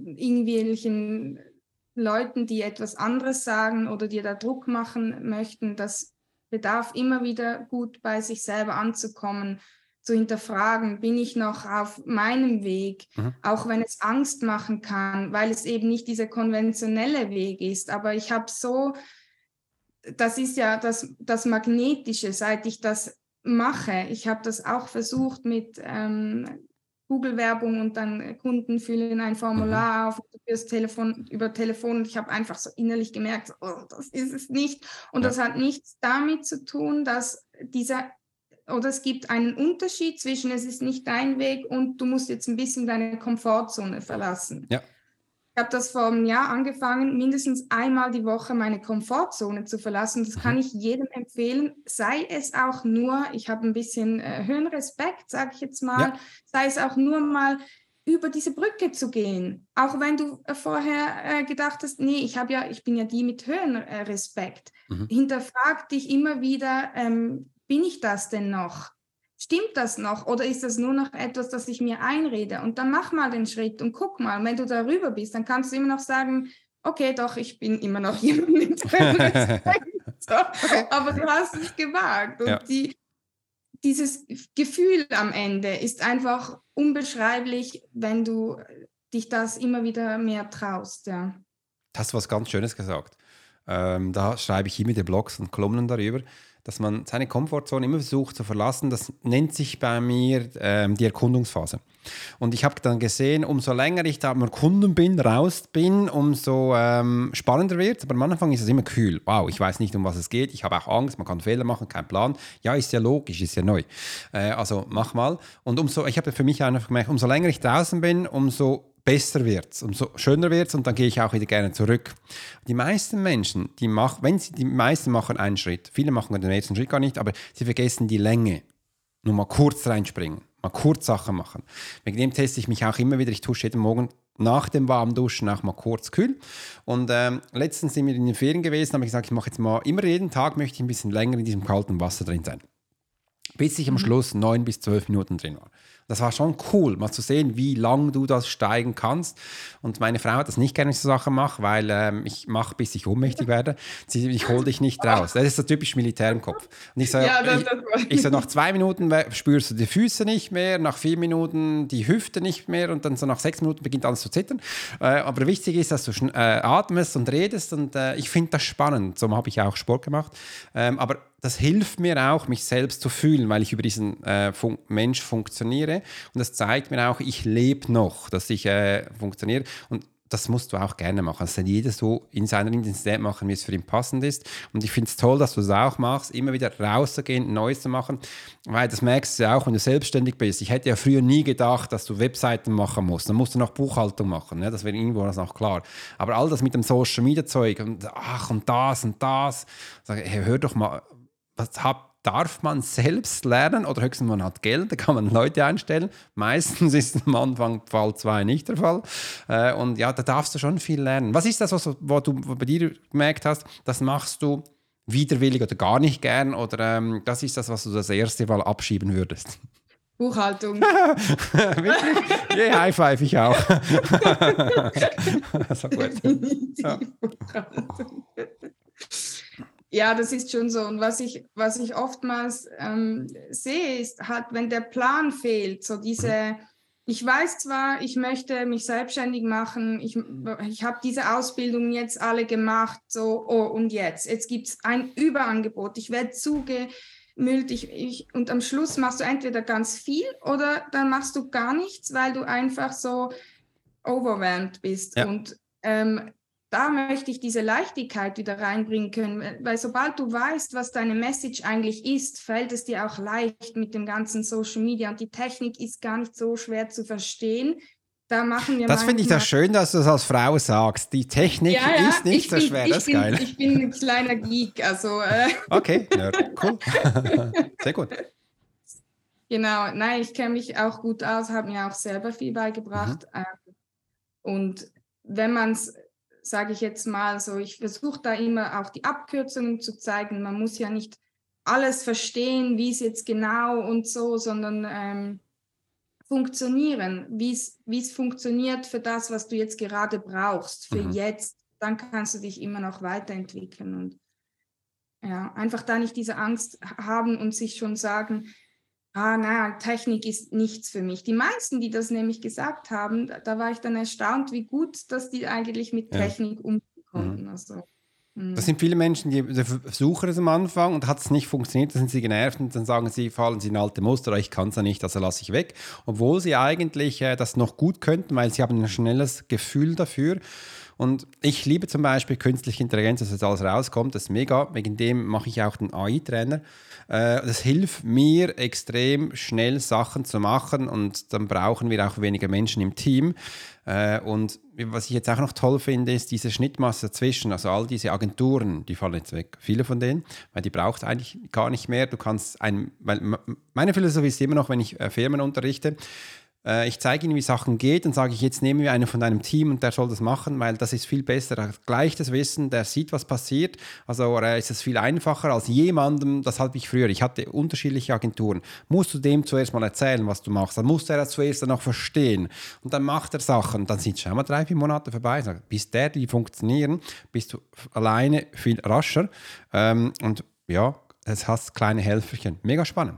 irgendwelchen Leuten, die etwas anderes sagen oder dir da Druck machen möchten. Das bedarf immer wieder gut bei sich selber anzukommen, zu hinterfragen, bin ich noch auf meinem Weg, mhm. auch wenn es Angst machen kann, weil es eben nicht dieser konventionelle Weg ist. Aber ich habe so, das ist ja das, das Magnetische, seit ich das mache. Ich habe das auch versucht mit ähm, Google-Werbung und dann Kunden füllen ein Formular mhm. auf übers Telefon, über Telefon und ich habe einfach so innerlich gemerkt, oh, das ist es nicht. Und ja. das hat nichts damit zu tun, dass dieser, oder es gibt einen Unterschied zwischen, es ist nicht dein Weg und du musst jetzt ein bisschen deine Komfortzone verlassen. Ja. Ich habe das vor einem Jahr angefangen, mindestens einmal die Woche meine Komfortzone zu verlassen. Das kann ich jedem empfehlen, sei es auch nur, ich habe ein bisschen äh, Höhenrespekt, sage ich jetzt mal, ja. sei es auch nur mal über diese Brücke zu gehen. Auch wenn du äh, vorher äh, gedacht hast, nee, ich, hab ja, ich bin ja die mit Höhenrespekt. Mhm. Hinterfrag dich immer wieder, ähm, bin ich das denn noch? Stimmt das noch oder ist das nur noch etwas, das ich mir einrede? Und dann mach mal den Schritt und guck mal, wenn du darüber bist, dann kannst du immer noch sagen, okay, doch, ich bin immer noch jemand mit so, aber du hast es gewagt. Und ja. die, dieses Gefühl am Ende ist einfach unbeschreiblich, wenn du dich das immer wieder mehr traust. Ja. Du hast was ganz Schönes gesagt. Ähm, da schreibe ich immer die Blogs und Kolumnen darüber, dass man seine Komfortzone immer versucht zu verlassen. Das nennt sich bei mir ähm, die Erkundungsphase. Und ich habe dann gesehen, umso länger ich da am Erkunden bin, raus bin, umso ähm, spannender wird es. Aber am Anfang ist es immer kühl. Wow, ich weiß nicht, um was es geht. Ich habe auch Angst, man kann Fehler machen, kein Plan. Ja, ist ja logisch, ist ja neu. Äh, also mach mal. Und umso, ich habe für mich einfach gemerkt, umso länger ich draußen bin, umso besser wird es, umso schöner wird es und dann gehe ich auch wieder gerne zurück. Die meisten Menschen, die machen, wenn sie, die meisten machen einen Schritt, viele machen den nächsten Schritt gar nicht, aber sie vergessen die Länge. Nur mal kurz reinspringen, mal kurz Sachen machen. Wegen dem teste ich mich auch immer wieder, ich dusche jeden Morgen nach dem warmen Duschen auch mal kurz kühl. Und ähm, letztens sind wir in den Ferien gewesen, habe ich gesagt, ich mache jetzt mal, immer jeden Tag möchte ich ein bisschen länger in diesem kalten Wasser drin sein. Bis ich am Schluss neun bis zwölf Minuten drin war. Das war schon cool, mal zu sehen, wie lang du das steigen kannst. Und meine Frau hat das nicht gerne, wenn ich so Sachen mache, weil ähm, ich mache, bis ich ohnmächtig werde. Sie, ich hole dich nicht raus. Das ist so typisch Militär im Kopf. Und ich so, ja, das, das ich, ich so, nach zwei Minuten spürst du die Füße nicht mehr, nach vier Minuten die Hüfte nicht mehr und dann so nach sechs Minuten beginnt alles zu zittern. Äh, aber wichtig ist, dass du äh, atmest und redest und äh, ich finde das spannend. So habe ich auch Sport gemacht. Ähm, aber das hilft mir auch, mich selbst zu fühlen, weil ich über diesen äh, Fun- Mensch funktioniere. Und das zeigt mir auch, ich lebe noch, dass ich äh, funktioniere. Und das musst du auch gerne machen. Das soll jeder so in seiner Intensität machen, wie es für ihn passend ist. Und ich finde es toll, dass du es auch machst, immer wieder rauszugehen, Neues zu machen. Weil das merkst du ja auch, wenn du selbstständig bist. Ich hätte ja früher nie gedacht, dass du Webseiten machen musst. Dann musst du noch Buchhaltung machen. Ne? Das wäre irgendwo noch klar. Aber all das mit dem Social-Media-Zeug und ach und das und das. Sag, hey, hör doch mal. Was hab, darf man selbst lernen oder höchstens man hat Geld, da kann man Leute einstellen. Meistens ist am Anfang Fall zwei nicht der Fall. Äh, und ja, da darfst du schon viel lernen. Was ist das, was, was du bei dir gemerkt hast, das machst du widerwillig oder gar nicht gern oder ähm, das ist das, was du das erste Mal abschieben würdest? Buchhaltung. Wirklich? Yeah, High Five, ich auch. So gut. Ja. Buchhaltung. Ja, das ist schon so. Und was ich, was ich oftmals ähm, sehe, ist halt, wenn der Plan fehlt, so diese, ich weiß zwar, ich möchte mich selbstständig machen, ich, ich habe diese Ausbildung jetzt alle gemacht, so, oh, und jetzt? Jetzt gibt es ein Überangebot, ich werde zugemüllt ich, ich, und am Schluss machst du entweder ganz viel oder dann machst du gar nichts, weil du einfach so overwhelmed bist. Ja. Und ähm, da möchte ich diese Leichtigkeit wieder reinbringen können, weil sobald du weißt, was deine Message eigentlich ist, fällt es dir auch leicht mit dem ganzen Social Media und die Technik ist gar nicht so schwer zu verstehen. Da machen wir das finde ich das schön, dass du es als Frau sagst. Die Technik ja, ja, ist nicht so bin, schwer, das ist geil. Ich bin ein kleiner Geek, also... Äh. Okay, ja, cool. Sehr gut. Genau, nein, ich kenne mich auch gut aus, habe mir auch selber viel beigebracht. Mhm. Und wenn man es... sage ich jetzt mal so, ich versuche da immer auch die Abkürzungen zu zeigen. Man muss ja nicht alles verstehen, wie es jetzt genau und so, sondern ähm, funktionieren, wie es funktioniert für das, was du jetzt gerade brauchst, für mhm. jetzt. Dann kannst du dich immer noch weiterentwickeln. Und Ja, einfach da nicht diese Angst haben und sich schon sagen, ah, na, Technik ist nichts für mich. Die meisten, die das nämlich gesagt haben, da, da war ich dann erstaunt, wie gut, dass die eigentlich mit Ja. Technik umgehen konnten. Mhm. Also, Das sind viele Menschen, die versuchen es am Anfang und hat es nicht funktioniert, dann sind sie genervt und dann sagen sie, fallen sie in alte Muster, oder ich kann es ja nicht, also lasse ich weg. Obwohl sie eigentlich äh, das noch gut könnten, weil sie haben ein schnelles Gefühl dafür. Und ich liebe zum Beispiel künstliche Intelligenz, dass das alles rauskommt, das ist mega. Wegen dem mache ich auch den A I-Trainer. Äh, das hilft mir extrem schnell Sachen zu machen und dann brauchen wir auch weniger Menschen im Team. Äh, und was ich jetzt auch noch toll finde, ist diese Schnittmasse dazwischen, also all diese Agenturen, die fallen jetzt weg, viele von denen, weil die braucht es eigentlich gar nicht mehr. Du kannst ein, weil meine Philosophie ist immer noch, wenn ich äh, Firmen unterrichte, äh, ich zeige ihnen, wie Sachen geht und sage ich, jetzt nehmen wir einen von deinem Team und der soll das machen, weil das ist viel besser, er hat gleich das Wissen, der sieht, was passiert, also äh, ist es viel einfacher als jemandem, das hatte ich früher, ich hatte unterschiedliche Agenturen, musst du dem zuerst mal erzählen, was du machst, dann muss er das zuerst dann noch verstehen und dann macht er Sachen, dann sind schon mal drei, vier Monate vorbei, sag, bis der, die funktionieren, bist du alleine viel rascher ähm, und ja, es hast kleine Helferchen, mega spannend.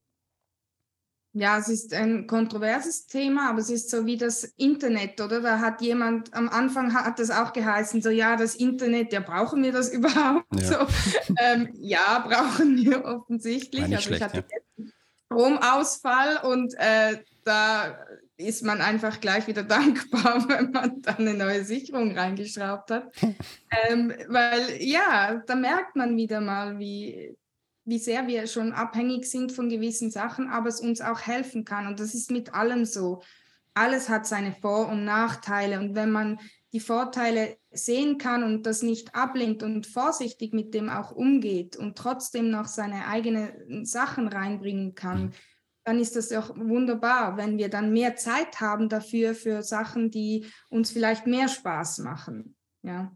Ja, es ist ein kontroverses Thema, aber es ist so wie das Internet, oder? Da hat jemand, am Anfang hat es auch geheißen, so ja, das Internet, ja, brauchen wir das überhaupt? Ja, So, ähm, ja brauchen wir offensichtlich. nicht Also schlecht, ich hatte ja. jetzt einen Stromausfall und äh, da ist man einfach gleich wieder dankbar, wenn man dann eine neue Sicherung reingeschraubt hat. ähm, weil ja, da merkt man wieder mal, wie... wie sehr wir schon abhängig sind von gewissen Sachen, aber es uns auch helfen kann. Und das ist mit allem so. Alles hat seine Vor- und Nachteile. Und wenn man die Vorteile sehen kann und das nicht ablehnt und vorsichtig mit dem auch umgeht und trotzdem noch seine eigenen Sachen reinbringen kann, dann ist das auch wunderbar, wenn wir dann mehr Zeit haben dafür, für Sachen, die uns vielleicht mehr Spaß machen. Ja,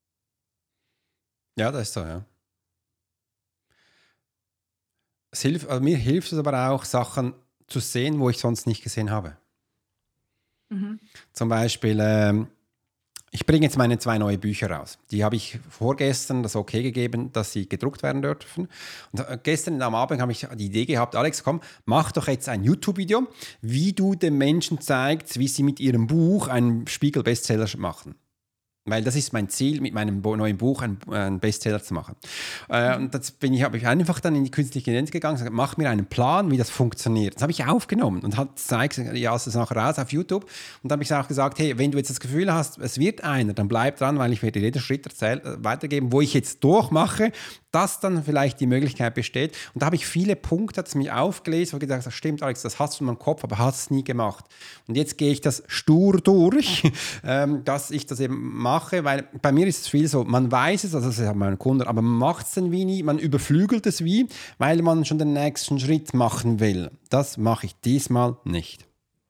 Ja, das ist so, ja. Es hilft, also mir hilft es aber auch, Sachen zu sehen, wo ich sonst nicht gesehen habe. mhm. Zum Beispiel, ähm, ich bringe jetzt meine zwei neue Bücher raus. Die habe ich vorgestern das Okay gegeben, dass sie gedruckt werden dürfen. Und äh, gestern am Abend habe ich die Idee gehabt, Alex, komm, mach doch jetzt ein YouTube-Video, wie du den Menschen zeigst, wie sie mit ihrem Buch einen Spiegel-Bestseller machen. Weil das ist mein Ziel, mit meinem neuen Buch einen, einen Bestseller zu machen. Äh, und das bin ich, habe ich einfach dann in die künstliche Intelligenz gegangen und gesagt, mach mir einen Plan, wie das funktioniert. Das habe ich aufgenommen und habe gezeigt, ja, es ist nachher raus auf YouTube. Und dann habe ich auch gesagt, hey, wenn du jetzt das Gefühl hast, es wird einer, dann bleib dran, weil ich werde dir jeden Schritt erzähl, äh, weitergeben, wo ich jetzt durchmache, dass dann vielleicht die Möglichkeit besteht. Und da habe ich viele Punkte, hat es mich aufgelesen, wo ich gesagt habe, stimmt, Alex, das hast du in meinem Kopf, aber hast es nie gemacht. Und jetzt gehe ich das stur durch, ähm, dass ich das eben mache, weil bei mir ist es viel so, man weiß es, also das ist mein Kunde, aber man macht es dann wie nie, man überflügelt es wie, weil man schon den nächsten Schritt machen will. Das mache ich diesmal nicht.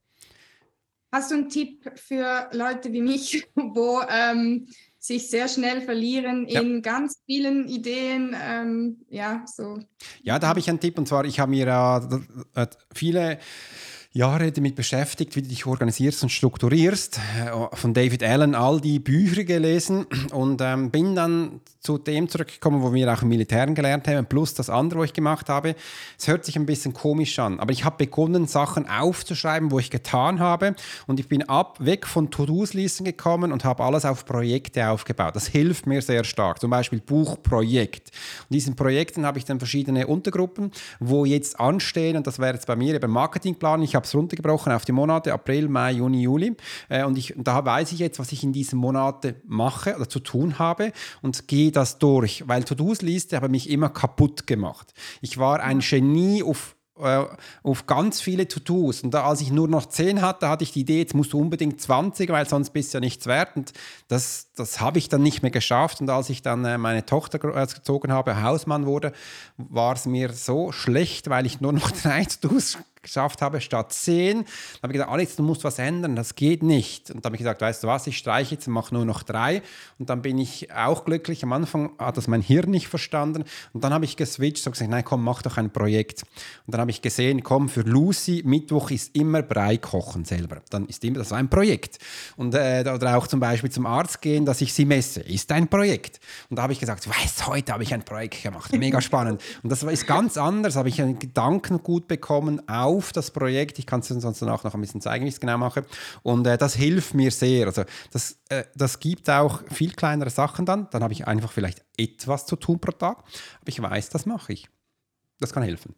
Hast du einen Tipp für Leute wie mich, wo ähm, sich sehr schnell verlieren in ja. ganz vielen Ideen? Ähm, ja, so. Ja, da habe ich einen Tipp, und zwar, ich habe mir äh, viele Jahre damit beschäftigt, wie du dich organisierst und strukturierst. Von David Allen all die Bücher gelesen und ähm, bin dann zu dem zurückgekommen, wo wir auch im Militären gelernt haben, plus das andere, was ich gemacht habe. Es hört sich ein bisschen komisch an, aber ich habe begonnen, Sachen aufzuschreiben, wo ich getan habe, und ich bin ab, weg von To-Dos-Listen gekommen und habe alles auf Projekte aufgebaut. Das hilft mir sehr stark, zum Beispiel Buchprojekt. Und in diesen Projekten habe ich dann verschiedene Untergruppen, wo jetzt anstehen, und das wäre jetzt bei mir eben Marketingplan. Ich habe es runtergebrochen auf die Monate April, Mai, Juni, Juli. Äh, und ich, da weiß ich jetzt, was ich in diesen Monaten mache oder zu tun habe, und gehe das durch. Weil To-Dos-Liste habe mich immer kaputt gemacht. Ich war ein Genie auf auf ganz viele To-Dos. Und da, als ich nur noch zehn hatte, hatte ich die Idee, jetzt musst du unbedingt zwanzig, weil sonst bist du ja nichts wert. Und das, das habe ich dann nicht mehr geschafft. Und als ich dann äh, meine Tochter gezogen habe, Hausmann wurde, war es mir so schlecht, weil ich nur noch drei To-Dos geschafft habe, statt zehn. Dann habe ich gesagt, Alex, du musst was ändern, das geht nicht. Und dann habe ich gesagt, weißt du was, ich streiche jetzt und mache nur noch drei. Und dann bin ich auch glücklich. Am Anfang hat das mein Hirn nicht verstanden. Und dann habe ich geswitcht und gesagt, nein, komm, mach doch ein Projekt. Und dann habe ich gesehen, komm, für Lucy, Mittwoch ist immer Brei kochen selber. Dann ist immer das ein Projekt. Und, äh, oder auch zum Beispiel zum Arzt gehen, dass ich sie messe, ist ein Projekt. Und da habe ich gesagt, weißt, heute habe ich ein Projekt gemacht, mega spannend. Und das ist ganz anders, habe ich einen Gedankengut bekommen auf das Projekt. Ich kann es sonst auch noch ein bisschen zeigen, wie ich es genau mache. Und äh, das hilft mir sehr. Also das, äh, das gibt auch viel kleinere Sachen dann. Dann habe ich einfach vielleicht etwas zu tun pro Tag. Aber ich weiß, das mache ich. Das kann helfen.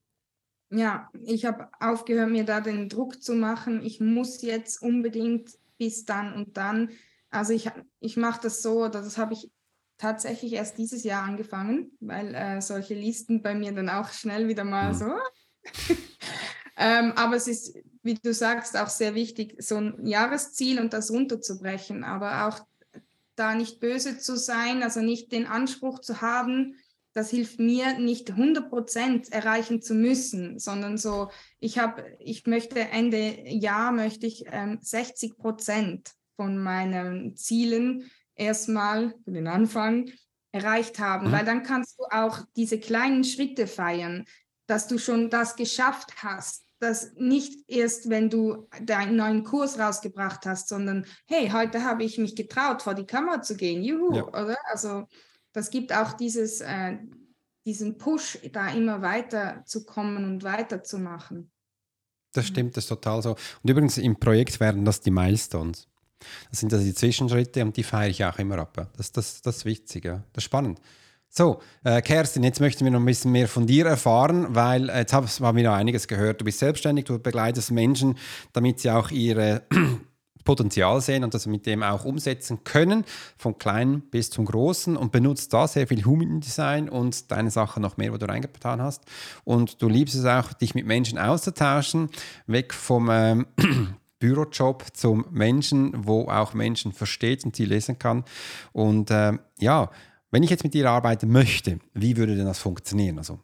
Ja, ich habe aufgehört, mir da den Druck zu machen. Ich muss jetzt unbedingt bis dann und dann. Also ich, ich mache das so, oder das habe ich tatsächlich erst dieses Jahr angefangen, weil äh, solche Listen bei mir dann auch schnell wieder mal mhm. so. ähm, aber es ist, wie du sagst, auch sehr wichtig, so ein Jahresziel und das runterzubrechen, aber auch da nicht böse zu sein, also nicht den Anspruch zu haben, das hilft mir nicht hundert Prozent erreichen zu müssen, sondern so, ich habe, ich möchte Ende Jahr möchte ich ähm, sechzig Prozent von meinen Zielen erstmal für den Anfang erreicht haben, mhm. weil dann kannst du auch diese kleinen Schritte feiern, dass du schon das geschafft hast, dass nicht erst, wenn du deinen neuen Kurs rausgebracht hast, sondern hey, heute habe ich mich getraut, vor die Kamera zu gehen, juhu, ja. Oder? Also das gibt auch dieses, äh, diesen Push, da immer weiter zu kommen und weiterzumachen. Das stimmt, das ist total so. Und übrigens im Projekt wären das die Milestones. Das sind also die Zwischenschritte und die feiere ich auch immer ab. Das, das, das ist witzig, ja. Das ist spannend. So, äh, Kerstin, jetzt möchten wir noch ein bisschen mehr von dir erfahren, weil äh, jetzt haben wir noch einiges gehört. Du bist selbstständig, du begleitest Menschen, damit sie auch ihre Potenzial sehen und das mit dem auch umsetzen können, von klein bis zum großen, und benutzt da sehr viel Human Design und deine Sachen noch mehr, wo du reingetan hast. Und du liebst es auch, dich mit Menschen auszutauschen, weg vom ähm, Bürojob zum Menschen, wo auch Menschen versteht und sie lesen kann. Und äh, ja, wenn ich jetzt mit dir arbeiten möchte, wie würde denn das funktionieren? Also,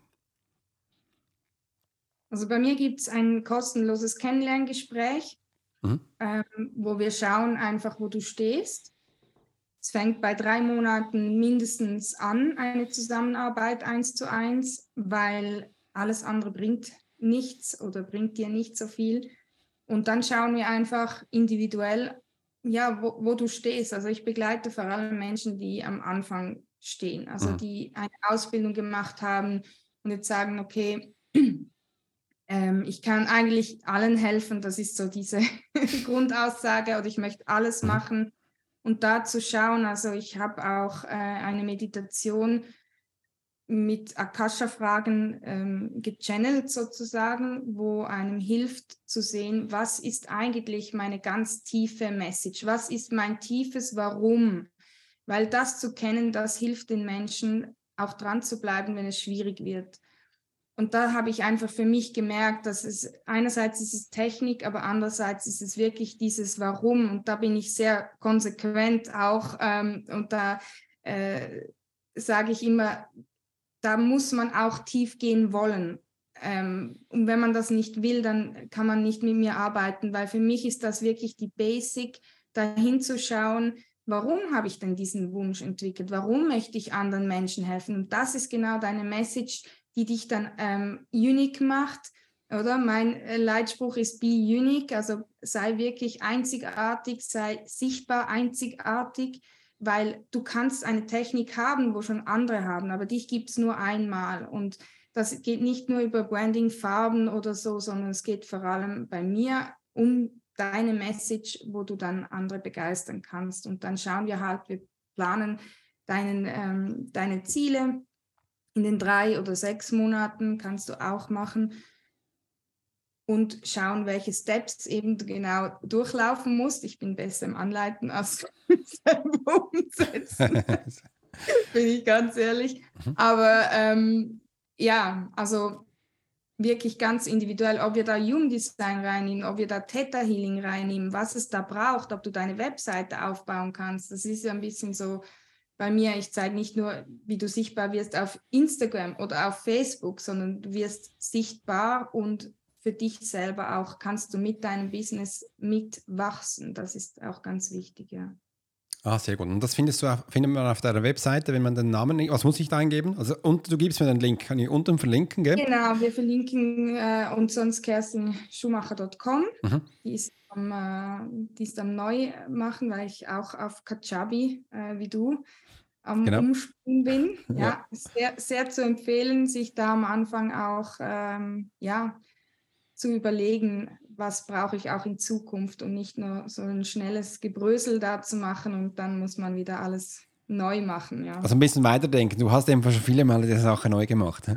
also bei mir gibt es ein kostenloses Kennenlerngespräch, mhm. ähm, wo wir schauen einfach, wo du stehst. Es fängt bei drei Monaten mindestens an, eine Zusammenarbeit eins zu eins, weil alles andere bringt nichts oder bringt dir nicht so viel. Und dann schauen wir einfach individuell, ja, wo, wo du stehst. Also ich begleite vor allem Menschen, die am Anfang stehen, also mhm. die eine Ausbildung gemacht haben und jetzt sagen, okay, ähm, ich kann eigentlich allen helfen, das ist so diese Grundaussage, oder ich möchte alles mhm. machen. Und da zu schauen, also ich habe auch äh, eine Meditation mit Akasha-Fragen ähm, gechannelt sozusagen, wo einem hilft zu sehen, was ist eigentlich meine ganz tiefe Message, was ist mein tiefes Warum, weil das zu kennen, das hilft den Menschen auch dran zu bleiben, wenn es schwierig wird. Und da habe ich einfach für mich gemerkt, dass es einerseits ist es Technik, aber andererseits ist es wirklich dieses Warum, und da bin ich sehr konsequent auch ähm, und da äh, sage ich immer, da muss man auch tief gehen wollen. Ähm, und wenn man das nicht will, dann kann man nicht mit mir arbeiten, weil für mich ist das wirklich die Basic, dahin zu schauen, warum habe ich denn diesen Wunsch entwickelt? Warum möchte ich anderen Menschen helfen? Und das ist genau deine Message, die dich dann ähm, unique macht, oder? Mein äh, Leitspruch ist be unique, also sei wirklich einzigartig, sei sichtbar einzigartig, weil du kannst eine Technik haben, wo schon andere haben, aber dich gibt es nur einmal. Und das geht nicht nur über Branding, Farben oder so, sondern es geht vor allem bei mir um deine Message, wo du dann andere begeistern kannst. Und dann schauen wir halt, wir planen deinen, ähm, deine Ziele in den drei oder sechs Monaten, kannst du auch machen. Und schauen, welche Steps eben du genau durchlaufen musst. Ich bin besser im Anleiten als selber umsetzen, bin ich ganz ehrlich. Mhm. Aber ähm, ja, also wirklich ganz individuell, ob wir da Human Design reinnehmen, ob wir da Theta Healing reinnehmen, was es da braucht, ob du deine Webseite aufbauen kannst. Das ist ja ein bisschen so bei mir, ich zeige nicht nur, wie du sichtbar wirst auf Instagram oder auf Facebook, sondern du wirst sichtbar und für dich selber auch, kannst du mit deinem Business mitwachsen. Das ist auch ganz wichtig, ja. Ah, sehr gut. Und das findest du, auf- findet man auf deiner Webseite, wenn man den Namen, was muss ich da eingeben? Also, und du gibst mir den Link, kann ich unten verlinken, gell? Genau, wir verlinken äh, und sonst kerstin schumacher punkt com. Mhm. Die ist am, äh, die ist am neu machen, weil ich auch auf Kajabi, äh, wie du, am Genau. Umspringen bin. Ja, Ja. sehr, sehr zu empfehlen, sich da am Anfang auch ähm, ja, zu überlegen, was brauche ich auch in Zukunft und nicht nur so ein schnelles Gebrösel da zu machen und dann muss man wieder alles neu machen. Ja. Also ein bisschen weiterdenken. Du hast eben schon viele Male die Sache neu gemacht.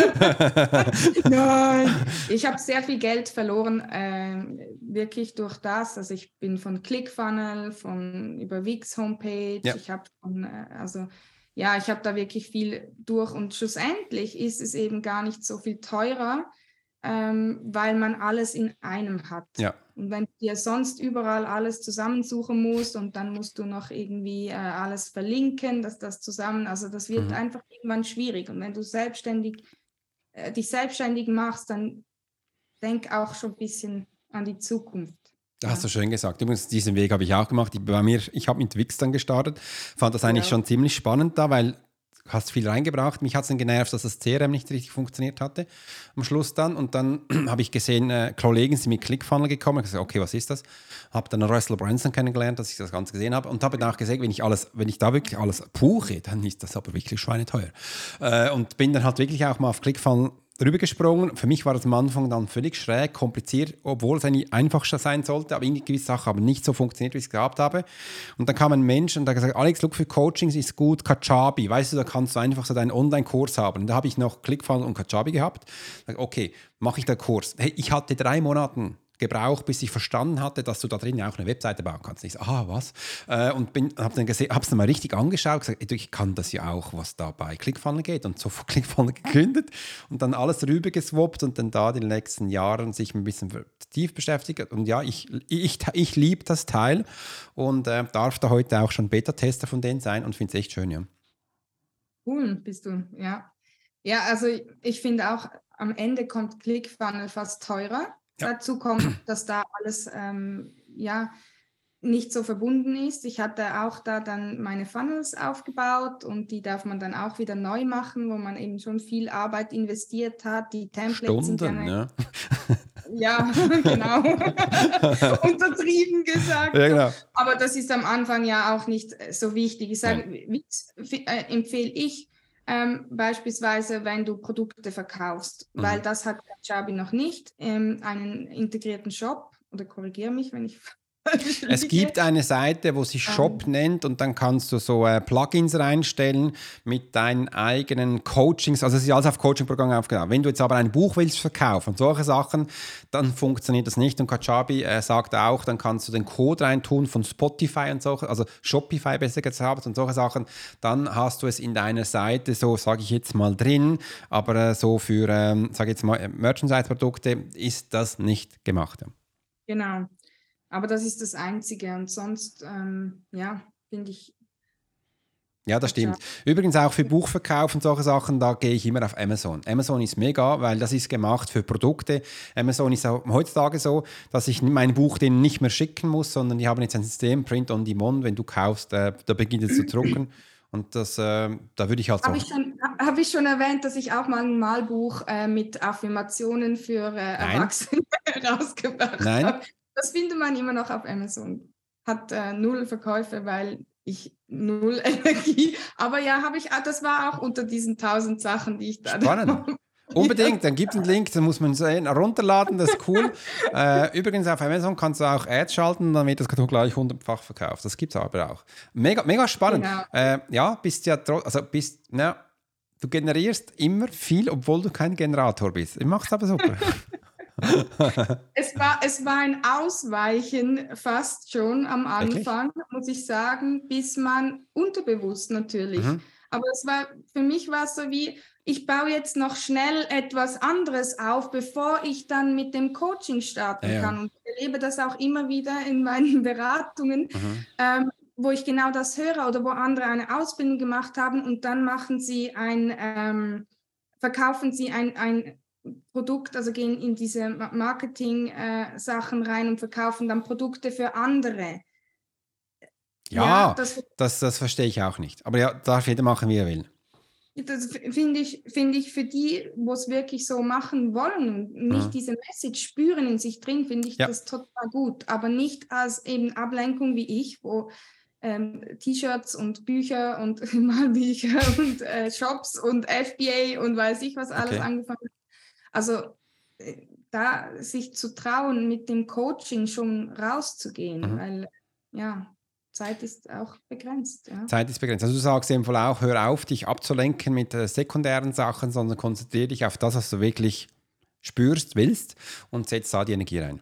Nein, ich habe sehr viel Geld verloren, äh, wirklich durch das. Also ich bin von ClickFunnels, von über Wix Homepage, Ja. ich habe von, äh, also ja, ich habe da wirklich viel durch und schlussendlich ist es eben gar nicht so viel teurer, ähm, weil man alles in einem hat. Ja. Und wenn du dir sonst überall alles zusammensuchen musst und dann musst du noch irgendwie äh, alles verlinken, dass das zusammen, also das wird Mhm. einfach irgendwann schwierig. Und wenn du selbstständig äh, dich selbstständig machst, dann denk auch schon ein bisschen an die Zukunft. Das hast du schön gesagt. Übrigens, diesen Weg habe ich auch gemacht. Ich, bei mir, ich habe mit Wix dann gestartet, fand das eigentlich Ja. schon ziemlich spannend da, weil du hast viel reingebracht. Mich hat es dann genervt, dass das C R M nicht richtig funktioniert hatte am Schluss dann. Und dann habe ich gesehen, äh, Kollegen sind mit ClickFunnels gekommen. Ich habe gesagt, okay, was ist das? Habe dann Russell Brunson kennengelernt, dass ich das Ganze gesehen habe. Und habe dann auch gesagt, wenn ich, alles, wenn ich da wirklich alles buche, dann ist das aber wirklich schweineteuer. Äh, und bin dann halt wirklich auch mal auf ClickFunnels rübergesprungen. Für mich war das am Anfang dann völlig schräg, kompliziert, obwohl es eigentlich einfacher sein sollte, aber irgendwie gewisse Sachen haben nicht so funktioniert, wie ich es gehabt habe. Und dann kam ein Mensch und hat gesagt, Alex, look, für Coachings ist gut Kajabi. Weißt du, da kannst du einfach so deinen Online-Kurs haben. Und da habe ich noch ClickFunnels und Kajabi gehabt. Okay, mache ich den Kurs. Hey, ich hatte drei Monate gebraucht, bis ich verstanden hatte, dass du da drin auch eine Webseite bauen kannst. Ich so, ah, was? Äh, und habe dann gesehen, habe es dann mal richtig angeschaut, gesagt, ey, ich kann das ja auch, was da bei ClickFunnels geht, und so ClickFunnels gegründet und dann alles rüber geswappt und dann da in den nächsten Jahren sich ein bisschen tief beschäftigt. Und ja, ich, ich, ich liebe das Teil und äh, darf da heute auch schon Beta-Tester von denen sein und finde es echt schön, ja. Cool, bist du, ja. Ja, also ich, ich finde auch, am Ende kommt ClickFunnels fast teurer. Ja. Dazu kommt, dass da alles ähm, ja, nicht so verbunden ist. Ich hatte auch da dann meine Funnels aufgebaut und die darf man dann auch wieder neu machen, wo man eben schon viel Arbeit investiert hat. Die Templates sind ja, Stunden, ja. Ja, genau. Untertrieben gesagt. Ja, genau. Aber das ist am Anfang ja auch nicht so wichtig. Ich sage, Wix äh, empfehle ich ähm, beispielsweise, wenn du Produkte verkaufst, Mhm. weil das hat Kajabi noch nicht, ähm, einen integrierten Shop, oder korrigiere mich, wenn ich Es gibt eine Seite, wo sich Shop Ähm. nennt, und dann kannst du so äh, Plugins reinstellen mit deinen eigenen Coachings. Also es ist alles auf Coaching-Programm aufgebaut. Wenn du jetzt aber ein Buch willst verkaufen und solche Sachen, dann funktioniert das nicht. Und Kajabi äh, sagt auch, dann kannst du den Code reintun von Spotify und solche, also Shopify besser gesagt und solche Sachen. Dann hast du es in deiner Seite, so sage ich jetzt mal drin, aber äh, so für, ähm, sage jetzt mal, Merchandise-Produkte ist das nicht gemacht. Ja. Genau. Aber das ist das Einzige und sonst, ähm, ja, finde ich. Ja, das stimmt. Übrigens auch für Buchverkauf und solche Sachen, da gehe ich immer auf Amazon. Amazon ist mega, weil das ist gemacht für Produkte. Amazon ist auch heutzutage so, dass ich mein Buch denen nicht mehr schicken muss, sondern die haben jetzt ein System, Print on Demand, wenn du kaufst, äh, da beginnt es zu drucken. Und das, äh, da würde ich halt so... Habe ich, schon, hab ich schon erwähnt, dass ich auch mal ein Malbuch äh, mit Affirmationen für äh, Erwachsene rausgebracht Nein. habe. Das findet man immer noch auf Amazon. Hat äh, null Verkäufe, weil ich null Energie. Aber ja, habe ich, das war auch unter diesen tausend Sachen, die ich da. Spannend. Unbedingt, dann gibt es einen Link, dann muss man es runterladen, das ist cool. äh, übrigens auf Amazon kannst du auch Ads schalten, dann wird das gleich hundertfach verkauft. Das gibt es aber auch. Mega, mega spannend. Genau. Äh, ja, bist ja, also bist, na, du generierst immer viel, obwohl du kein Generator bist. Ich mach's aber super. es, war, es war ein Ausweichen fast schon am Anfang, Wirklich? muss ich sagen, bis man unterbewusst natürlich. Mhm. Aber es war, für mich war es so wie, ich baue jetzt noch schnell etwas anderes auf, bevor ich dann mit dem Coaching starten Ja. kann. Und ich erlebe das auch immer wieder in meinen Beratungen, Mhm. ähm, wo ich genau das höre oder wo andere eine Ausbildung gemacht haben und dann machen sie ein, ähm, verkaufen sie ein, ein Produkt, also gehen in diese Marketing-Sachen äh, rein und verkaufen dann Produkte für andere. Ja, ja das, das, das verstehe ich auch nicht. Aber ja, darf jeder machen, wie er will. Das finde ich, find ich für die, wo es wirklich so machen wollen und nicht mhm. diese Message spüren in sich drin, finde ich ja. das total gut. Aber nicht als eben Ablenkung wie ich, wo ähm, T-Shirts und Bücher und Malbücher und äh, Shops und F B A und weiß ich was alles okay. angefangen hat. Also äh, da sich zu trauen, mit dem Coaching schon rauszugehen, mhm. weil ja, Zeit ist auch begrenzt. Ja. Zeit ist begrenzt. Also du sagst im Fall auch, hör auf, dich abzulenken mit äh, sekundären Sachen, sondern konzentriere dich auf das, was du wirklich spürst, willst und setz da die Energie rein.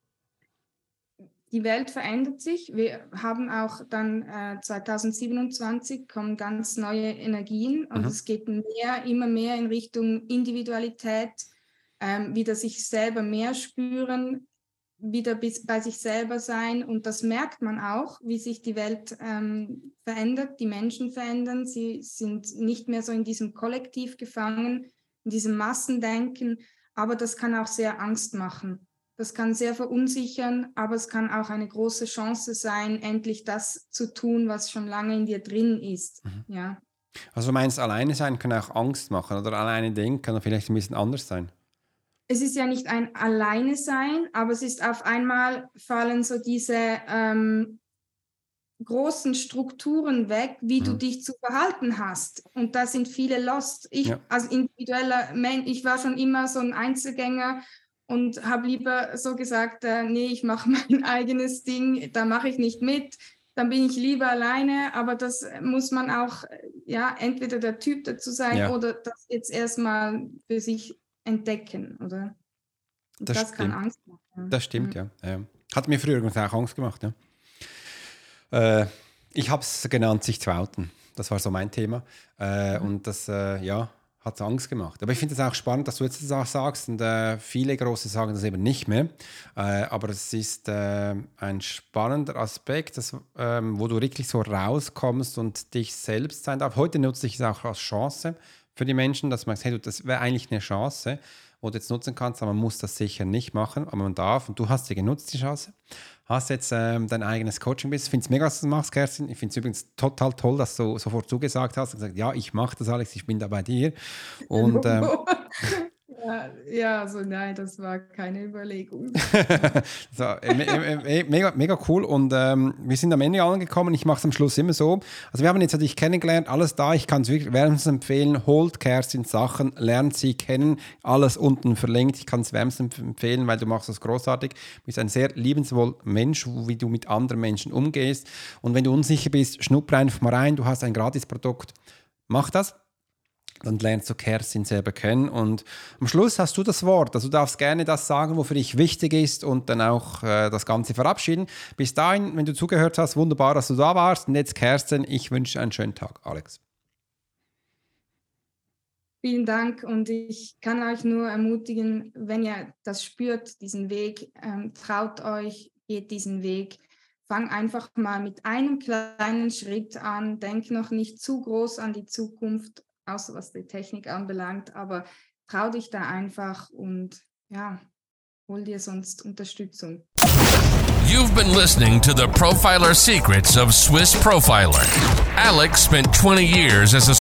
Die Welt verändert sich. Wir haben auch dann äh, zwanzig siebenundzwanzig kommen ganz neue Energien und mhm. es geht mehr, immer mehr in Richtung Individualität, ähm, wieder sich selber mehr spüren, wieder bis bei sich selber sein und das merkt man auch, wie sich die Welt ähm, verändert, die Menschen verändern, sie sind nicht mehr so in diesem Kollektiv gefangen, in diesem Massendenken, aber das kann auch sehr Angst machen. Das kann sehr verunsichern, aber es kann auch eine große Chance sein, endlich das zu tun, was schon lange in dir drin ist. Mhm. Ja. Also du meinst, alleine sein kann auch Angst machen oder alleine denken kann vielleicht ein bisschen anders sein? Es ist ja nicht ein Alleine sein, aber es ist auf einmal fallen so diese ähm, großen Strukturen weg, wie mhm. du dich zu verhalten hast. Und da sind viele lost. Ich ja. als individueller Mensch, ich war schon immer so ein Einzelgänger und habe lieber so gesagt, äh, nee, ich mache mein eigenes Ding, da mache ich nicht mit. Dann bin ich lieber alleine, aber das muss man auch, ja, entweder der Typ dazu sein ja. oder das jetzt erstmal für sich entdecken, oder? Das, das kann Angst machen. Das stimmt, ja. ja. Hat mir früher auch Angst gemacht, ja. Äh, ich habe es genannt, sich zu outen. Das war so mein Thema. Äh, mhm. Und das, äh, ja, hat Angst gemacht. Aber ich finde es auch spannend, dass du jetzt das auch sagst. Und äh, viele Große sagen das eben nicht mehr. Äh, aber es ist äh, ein spannender Aspekt, dass, ähm, wo du wirklich so rauskommst und dich selbst sein darfst. Heute nutze ich es auch als Chance für die Menschen, dass man sagt, hey, du, das wäre eigentlich eine Chance, wo du jetzt nutzen kannst, aber man muss das sicher nicht machen, aber man darf. Und du hast sie genutzt, die Chance. Hast jetzt ähm, dein eigenes Coaching-Business. Ich finde es mega, dass du das machst, Kerstin. Ich finde es übrigens total toll, dass du sofort zugesagt hast und gesagt, ja, ich mache das, Alex, ich bin da bei dir. Und ähm, ja, ja, also nein, das war keine Überlegung. so, äh, äh, äh, mega, mega cool und ähm, wir sind am Ende angekommen. Ich mache es am Schluss immer so. Also wir haben jetzt dich kennengelernt, alles da. Ich kann es wirklich wärmstens empfehlen. Holt Kerstin Sachen, lernt sie kennen. Alles unten verlinkt. Ich kann es wärmstens empfehlen, weil du machst das großartig. Du bist ein sehr liebenswoller Mensch, wie du mit anderen Menschen umgehst. Und wenn du unsicher bist, schnupper einfach mal rein. Du hast ein Gratisprodukt. Mach das. Dann lernst du Kerstin selber kennen und am Schluss hast du das Wort. Also du darfst gerne das sagen, was für dich wichtig ist und dann auch äh, das Ganze verabschieden. Bis dahin, wenn du zugehört hast, wunderbar, dass du da warst. Und jetzt Kerstin, ich wünsche dir einen schönen Tag. Alex. Vielen Dank und ich kann euch nur ermutigen, wenn ihr das spürt, diesen Weg, ähm, traut euch, geht diesen Weg. Fang einfach mal mit einem kleinen Schritt an. Denk noch nicht zu groß an die Zukunft, außer was die Technik anbelangt, aber trau dich da einfach und ja, hol dir sonst Unterstützung. You've been listening to the Profiler Secrets of Swiss Profiler. Alex spent twenty years as a